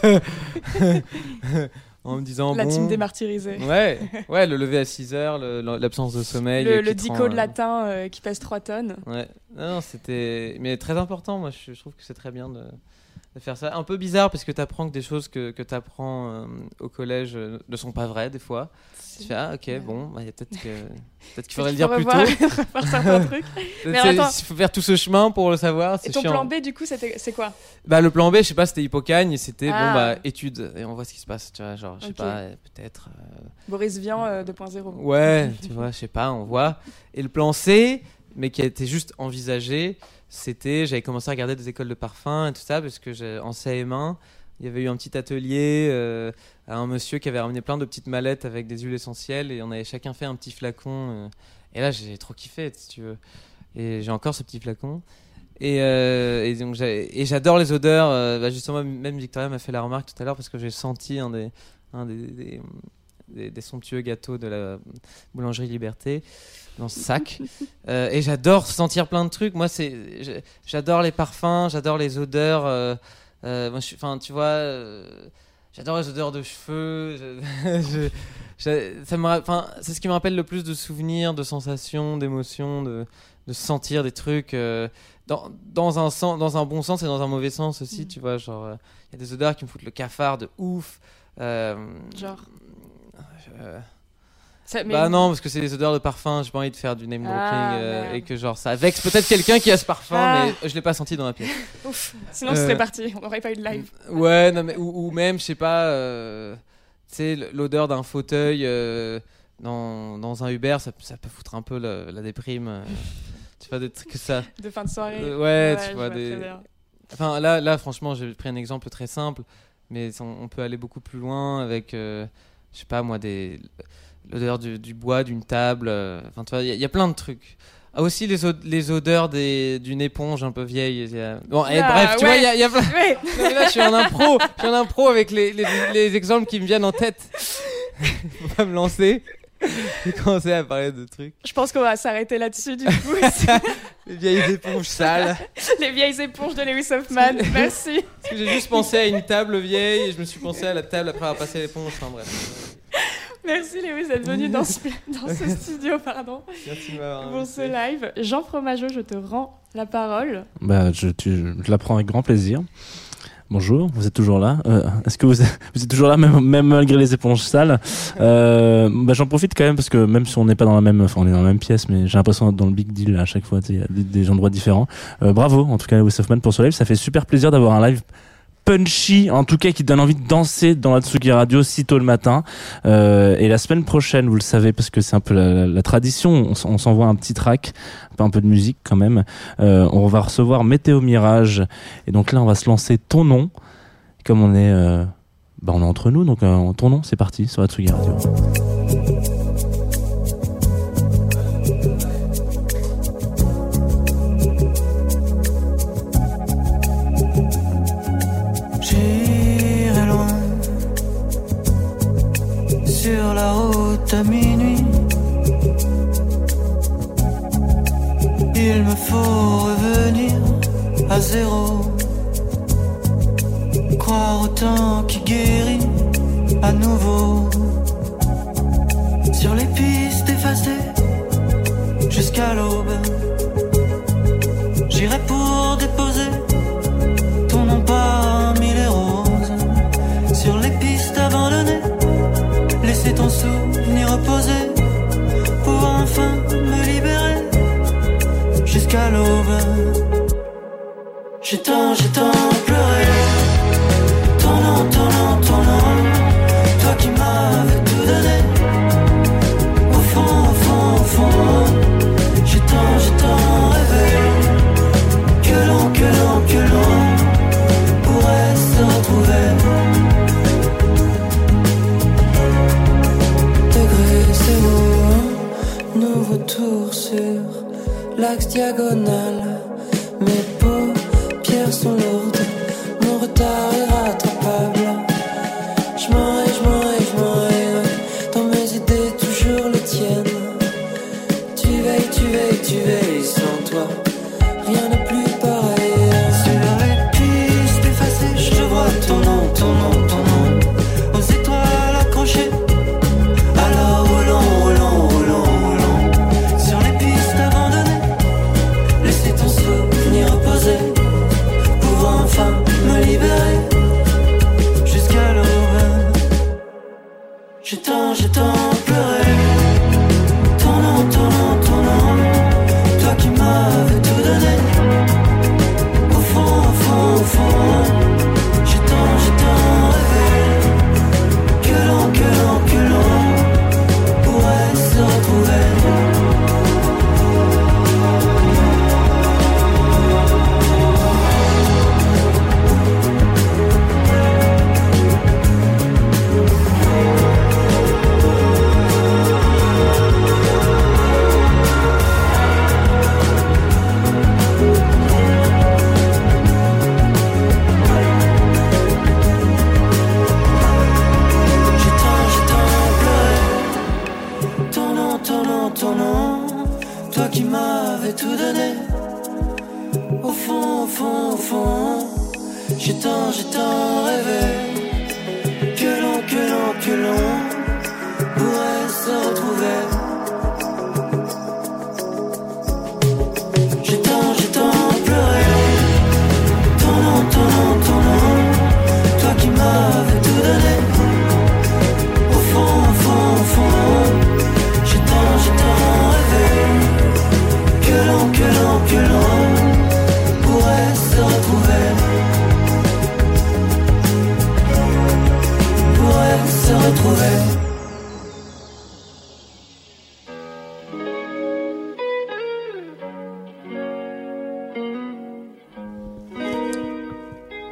En me disant, La bon... team démartyrisée. Ouais, ouais, le lever à six heures, le- l'absence de sommeil. Le, qui le te dico rend, de euh, latin euh, qui pèse trois tonnes. Ouais, non, non, c'était. Mais très important, moi, je, je trouve que c'est très bien de, de faire ça. Un peu bizarre, parce que tu apprends que des choses que, que tu apprends au collège euh, ne sont pas vraies, des fois. Tu fais, ah, ok, Ouais. bon, bah, y a peut-être que. Peut-être qu'il Peut-être faudrait le qu'il dire faut plus revoir- tôt. revoir certains trucs. Mais C'est- attends. Il faut faire tout ce chemin pour le savoir. Et C'est ton chiant. plan B, du coup, c'était- c'est quoi? Bah, le plan B, je sais pas, c'était hypocagne et c'était, Ah. bon, bah, étude. Et on voit ce qui se passe, tu vois, genre, je sais Ok. pas, euh, peut-être. euh, Boris Vian euh, deux point zéro. Ouais, tu vois, je sais pas, on voit. Et le plan C, mais qui a été juste envisagé, c'était, j'avais commencé à regarder des écoles de parfum et tout ça, parce que j'ai- en C M un, il y avait eu un petit atelier euh, à un monsieur qui avait ramené plein de petites mallettes avec des huiles essentielles et on avait chacun fait un petit flacon. euh, et là, j'ai trop kiffé, si tu veux. Et j'ai encore ce petit flacon. Et, euh, et donc j'ai- et j'adore les odeurs. euh, bah justement, même Victoria m'a fait la remarque tout à l'heure parce que j'ai senti un des, un des, des, des- des somptueux gâteaux de la boulangerie Liberté dans ce sac. Euh, et j'adore sentir plein de trucs. Moi, c'est, j'ai- j'adore les parfums, j'adore les odeurs. euh, euh, moi, je suis- enfin, tu vois, euh, j'adore les odeurs de cheveux. je- je- je- ça me, ra- enfin, c'est ce qui me rappelle le plus de souvenirs, de sensations, d'émotions, de, de sentir des trucs. euh, dans, dans, un sens, dans un bon sens et dans un mauvais sens aussi, Mm. tu vois. Genre, il y a des odeurs qui me foutent le cafard de ouf. Euh, Genre. euh, Ça, mais... Bah non, parce que c'est des odeurs de parfum, j'ai pas envie de faire du name dropping Ah, euh, merde. et que genre ça vexe peut-être quelqu'un qui a ce parfum, Ah. mais je l'ai pas senti dans la pièce. Ouf, sinon Euh, ce serait parti, on n'aurait pas eu de live. Ouais, non, mais, ou, ou même, je sais pas, euh, tu sais, l'odeur d'un fauteuil euh, dans, dans un Uber, ça, ça peut foutre un peu la, la déprime. euh, tu vois, des trucs que ça. De fin de soirée. Euh, ouais, tu je vois, très des. bien. Enfin, là, là, franchement, j'ai pris un exemple très simple, mais on, on peut aller beaucoup plus loin avec, euh, je sais pas moi, des. L'odeur du, du bois, d'une table. euh, Enfin, tu vois, il y, y a plein de trucs. Ah, aussi les, od- les odeurs des, d'une éponge un peu vieille. il y a- Bon, et Ah, bref, tu ouais. vois, il y a, il y a plein. Ouais. Non, mais là, je suis en impro. Je suis en impro avec les, les, les exemples qui me viennent en tête. Faut pas me lancer. J'ai commencé à parler de trucs. Je pense qu'on va s'arrêter là-dessus du coup. Les vieilles éponges sales. Les vieilles éponges de Lewis Hoffman, merci. Parce que j'ai juste pensé à une table vieille et je me suis pensé à la table après avoir passé l'éponge. Enfin bref. Merci Lewis d'être venu dans ce, dans ce studio, pardon, Merci de m'avoir pour ce invité. live. Jean Fromageau, je te rends la parole. Bah, je, tu, je la prends avec grand plaisir. Bonjour, vous êtes toujours là. Euh, est-ce que vous êtes, vous êtes toujours là, même, même malgré les éponges sales? euh, bah, J'en profite quand même parce que même si on n'est pas dans la même, enfin on est dans la même pièce, mais j'ai l'impression d'être dans le big deal à chaque fois. Il y a des, des endroits différents. Euh, bravo, en tout cas, Lewis Hoffman pour ce live. Ça fait super plaisir d'avoir un live punchy, en tout cas qui donne envie de danser dans la Tsugi Radio si tôt le matin. Euh, et la semaine prochaine, vous le savez, parce que c'est un peu la, la, la tradition, on, s- on s'envoie un petit track, un peu de musique quand même. Euh, on va recevoir Météo Mirage, et donc là on va se lancer Ton nom. Comme on est, euh, bah on est entre nous, donc euh, Ton nom, c'est parti sur la Tsugi Radio. J'irai loin sur la route à minuit. Il me faut revenir à zéro, croire au temps qui guérit à nouveau. Sur les pistes effacées jusqu'à l'aube, j'irai pour déposer ton nom parmi les roses. Sur les pistes abandonnées, laisser ton souvenir reposer pour enfin me libérer jusqu'à l'aube. J'ai tant, j'ai tant pleuré. Ton nom, ton nom, ton nom, toi qui m'avais tout donné. Au fond, au fond, au fond, j'ai tant, j'ai tant rêvé. Que l'on, que l'on, que l'on pourrait se retrouver. Degré zéro, nouveau tour sur l'axe diagonal. Mes paupières sont lourdes, mon retard est rattrapable. Je m'en vais, je m'en vais, je m'en vais, dans mes idées toujours les tiennes. Tu veilles, tu veilles, tu veilles, sans toi rien n'est plus pareil. Sur les pistes effacées, je vois ton nom, ton nom, ton nom, aux étoiles accrochées. Alors roulons, roulons, roulons, roulons. Sur les pistes abandonnées, laissez ton souvenir reposer pour enfin me libérer jusqu'à l'aube. J'ai tant, j'ai tant pleuré. Ton nom, ton nom, ton nom, toi qui m'avais tout donné. Au fond, au fond, au fond, j'ai tant, j'ai tant rêvé. Que l'on, que l'on, que l'on pourrait se retrouver. J'ai tant, j'ai tant pleuré. Ton nom, ton nom, ton nom, toi qui m'avais tout donné. Au fond, au fond, au fond, j'ai tant, j'ai tant rêvé. Que l'on, que l'on, que l'on pourrait se retrouver. J'ai tant, j'ai tant pleuré. Ton nom, ton nom, ton nom, toi qui m'avais tout donné. Au fond, au fond, au fond,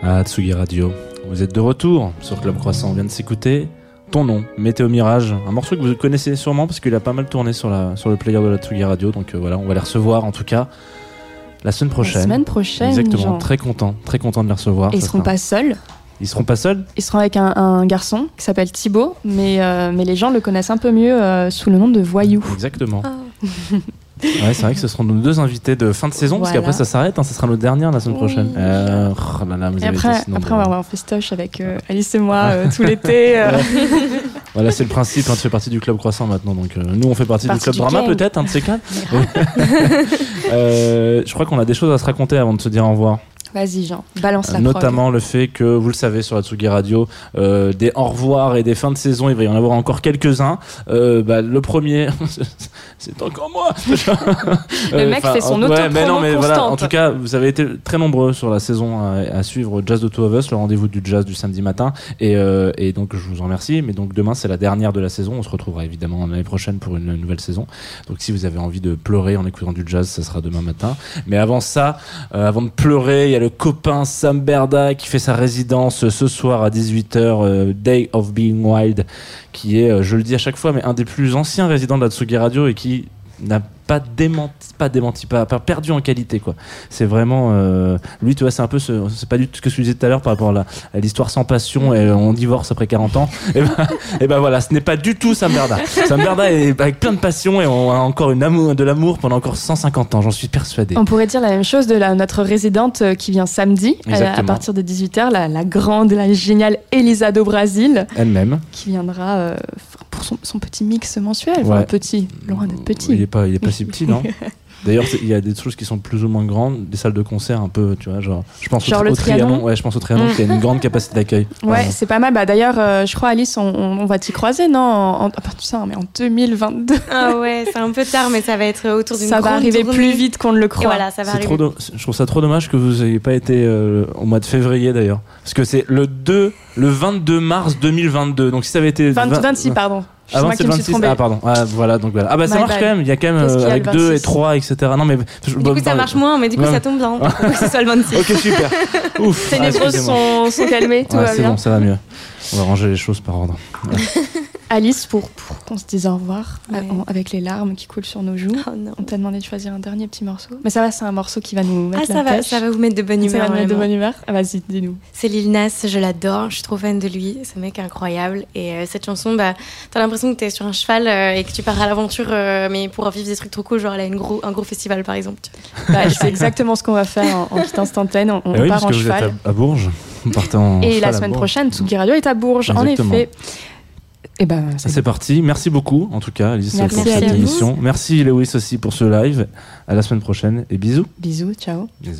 Ah, Tsugi Radio, vous êtes de retour sur Club Croissant. On vient de s'écouter Ton Nom, Météo Mirage, un morceau que vous connaissez sûrement parce qu'il a pas mal tourné sur, la, sur le player de la Tsugi Radio. Donc euh, voilà, on va les recevoir en tout cas la semaine prochaine. La semaine prochaine, exactement. Jean. Très content, très content de les recevoir. Et ils seront sera... pas seuls. Ils seront pas seuls. Ils seront avec un, un garçon qui s'appelle Thibaut, mais, euh, mais les gens le connaissent un peu mieux euh, sous le nom de Voyou. Exactement. Oh. Ouais, c'est vrai que ce seront nos deux invités de fin de saison, voilà. Parce qu'après ça s'arrête, hein, ça sera notre dernière la semaine oui. prochaine. Euh, oh là là, vous et avez après, été après on va avoir un festoche avec euh, Alice et moi euh, tout l'été. Euh. Voilà, c'est le principe, hein, tu fais partie du Club Croissant maintenant, donc euh, nous on fait partie, partie du Club du Drama gang. Peut-être, un de ces quatre. euh, je crois qu'on a des choses à se raconter avant de se dire au revoir. Vas-y Jean, balance la Notamment prog. Le fait que, vous le savez sur la Tsugi Radio, euh, des au revoir et des fins de saison, il va y en avoir encore quelques-uns. Euh, bah, le premier, c'est encore moi. Le euh, mec fait son auto-promo ouais, mais non, mais constante. Voilà, en tout cas, vous avez été très nombreux sur la saison à, à suivre Jazz de Two of Us, le rendez-vous du jazz du samedi matin. Et, euh, et donc, je vous en remercie. Mais donc, demain, c'est la dernière de la saison. On se retrouvera évidemment l'année prochaine pour une nouvelle saison. Donc, si vous avez envie de pleurer en écoutant du jazz, ça sera demain matin. Mais avant ça, euh, avant de pleurer, il y a le copain Sam Berda qui fait sa résidence ce soir à dix-huit heures, euh, Day of Being Wild, qui est, euh, je le dis à chaque fois, mais un des plus anciens résidents de la Tsugi Radio et qui n'a pas démenti, pas démenti, pas, pas perdu en qualité, quoi. C'est vraiment, euh, lui, tu vois, c'est un peu ce, c'est pas du tout ce que je disais tout à l'heure par rapport à, la, à l'histoire sans passion et on divorce après quarante ans. et ben, et ben voilà, ce n'est pas du tout Sam Berda. Sam Berda est avec plein de passion et on a encore une amour, de l'amour pendant encore cent cinquante ans, j'en suis persuadé. On pourrait dire la même chose de la, notre résidente qui vient samedi, à, à partir de dix-huit heures, la, la grande, la géniale Elisa do Brasil. Elle-même. Qui viendra euh, pour son, son petit mix mensuel. Enfin, ouais. Petit, loin d'être petit. Il est pas, il est pas si petit, non? D'ailleurs, il y a des choses qui sont plus ou moins grandes, des salles de concert un peu, tu vois, genre, je pense genre au, le au Trianon. Trianon, ouais, je pense au Trianon, mmh. qui a une grande capacité d'accueil. Ouais, ouais. C'est pas mal. Bah d'ailleurs, euh, je crois Alice, on, on, on va t'y croiser, non en, en, pas tout ça, mais en deux mille vingt-deux. Ah ouais, c'est un peu tard, mais ça va être autour d'une ça grande va arriver tournée. Plus vite qu'on ne le croit. Et voilà, ça va c'est arriver. Trop do- je trouve ça trop dommage que vous n'ayez pas été euh, au mois de février d'ailleurs, parce que c'est le deux, le vingt-deux mars deux mille vingt-deux. Donc si ça avait été vingt, vingt, vingt-six, pardon. Ah non, c'est le vingt-six. Ah pardon. Ah voilà, donc voilà. Ah bah ça My marche bad. Quand même. Il y a quand même euh, avec deux et trois, et cetera. Non mais du bah, coup ça bah, marche moins, mais du coup ouais. ça tombe bien. Faut que ce soit le vingt-six. Ok super. Ouf. Tes névroses sont, sont calmées, tout ouais, va c'est bien. Bon, ça va mieux. On va ranger les choses par ordre. Ouais. Alice, pour, pour qu'on se dise au revoir, ouais. avec les larmes qui coulent sur nos joues, oh, on t'a demandé de choisir un dernier petit morceau. Mais ça va, c'est un morceau qui va nous mettre ah, la ça pêche. Va, ça va vous mettre de bonne humeur. Ça va nous mettre vraiment. de bonne humeur. Ah, vas-y, dis-nous. C'est Lil Nas, je l'adore, je suis trop fan de lui, ce mec est incroyable. Et euh, cette chanson, bah, t'as l'impression que t'es sur un cheval euh, et que tu pars à l'aventure, euh, mais pour vivre des trucs trop cool, genre aller à une gros, un gros festival par exemple. Bah, c'est exactement ce qu'on va faire en, en quittant Instantaine. On, on oui, part en parce que cheval. Vous êtes à, à Bourges. On part en et la cheval semaine prochaine, Tsugi Radio est à Bourges, exactement. En effet. Et ben, c'est, c'est parti. Merci beaucoup, en tout cas, Alice, Merci pour cette Alice. émission. Merci Lewis aussi pour ce live. À la semaine prochaine et bisous. Bisous, ciao. Bisous.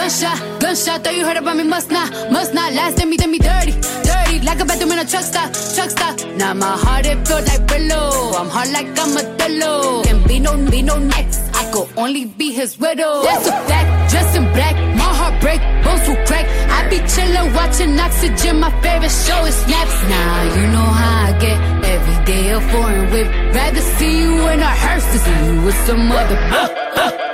Gunshot, gunshot, thought you heard about me, must not, must not last, did me, did me dirty, dirty, like a bathroom in a truck stop, truck stop. Now my heart, it feel like Brillo, I'm hard like I'm a Dello. Can be no, be no next, I could only be his widow. That's a fact, dressed in black, my heart break, bones will crack. I be chillin', watching Oxygen, my favorite show is Snaps. Now you know how I get, every day a foreign whip. Rather see you in a hearse than see you with some other. Uh, uh.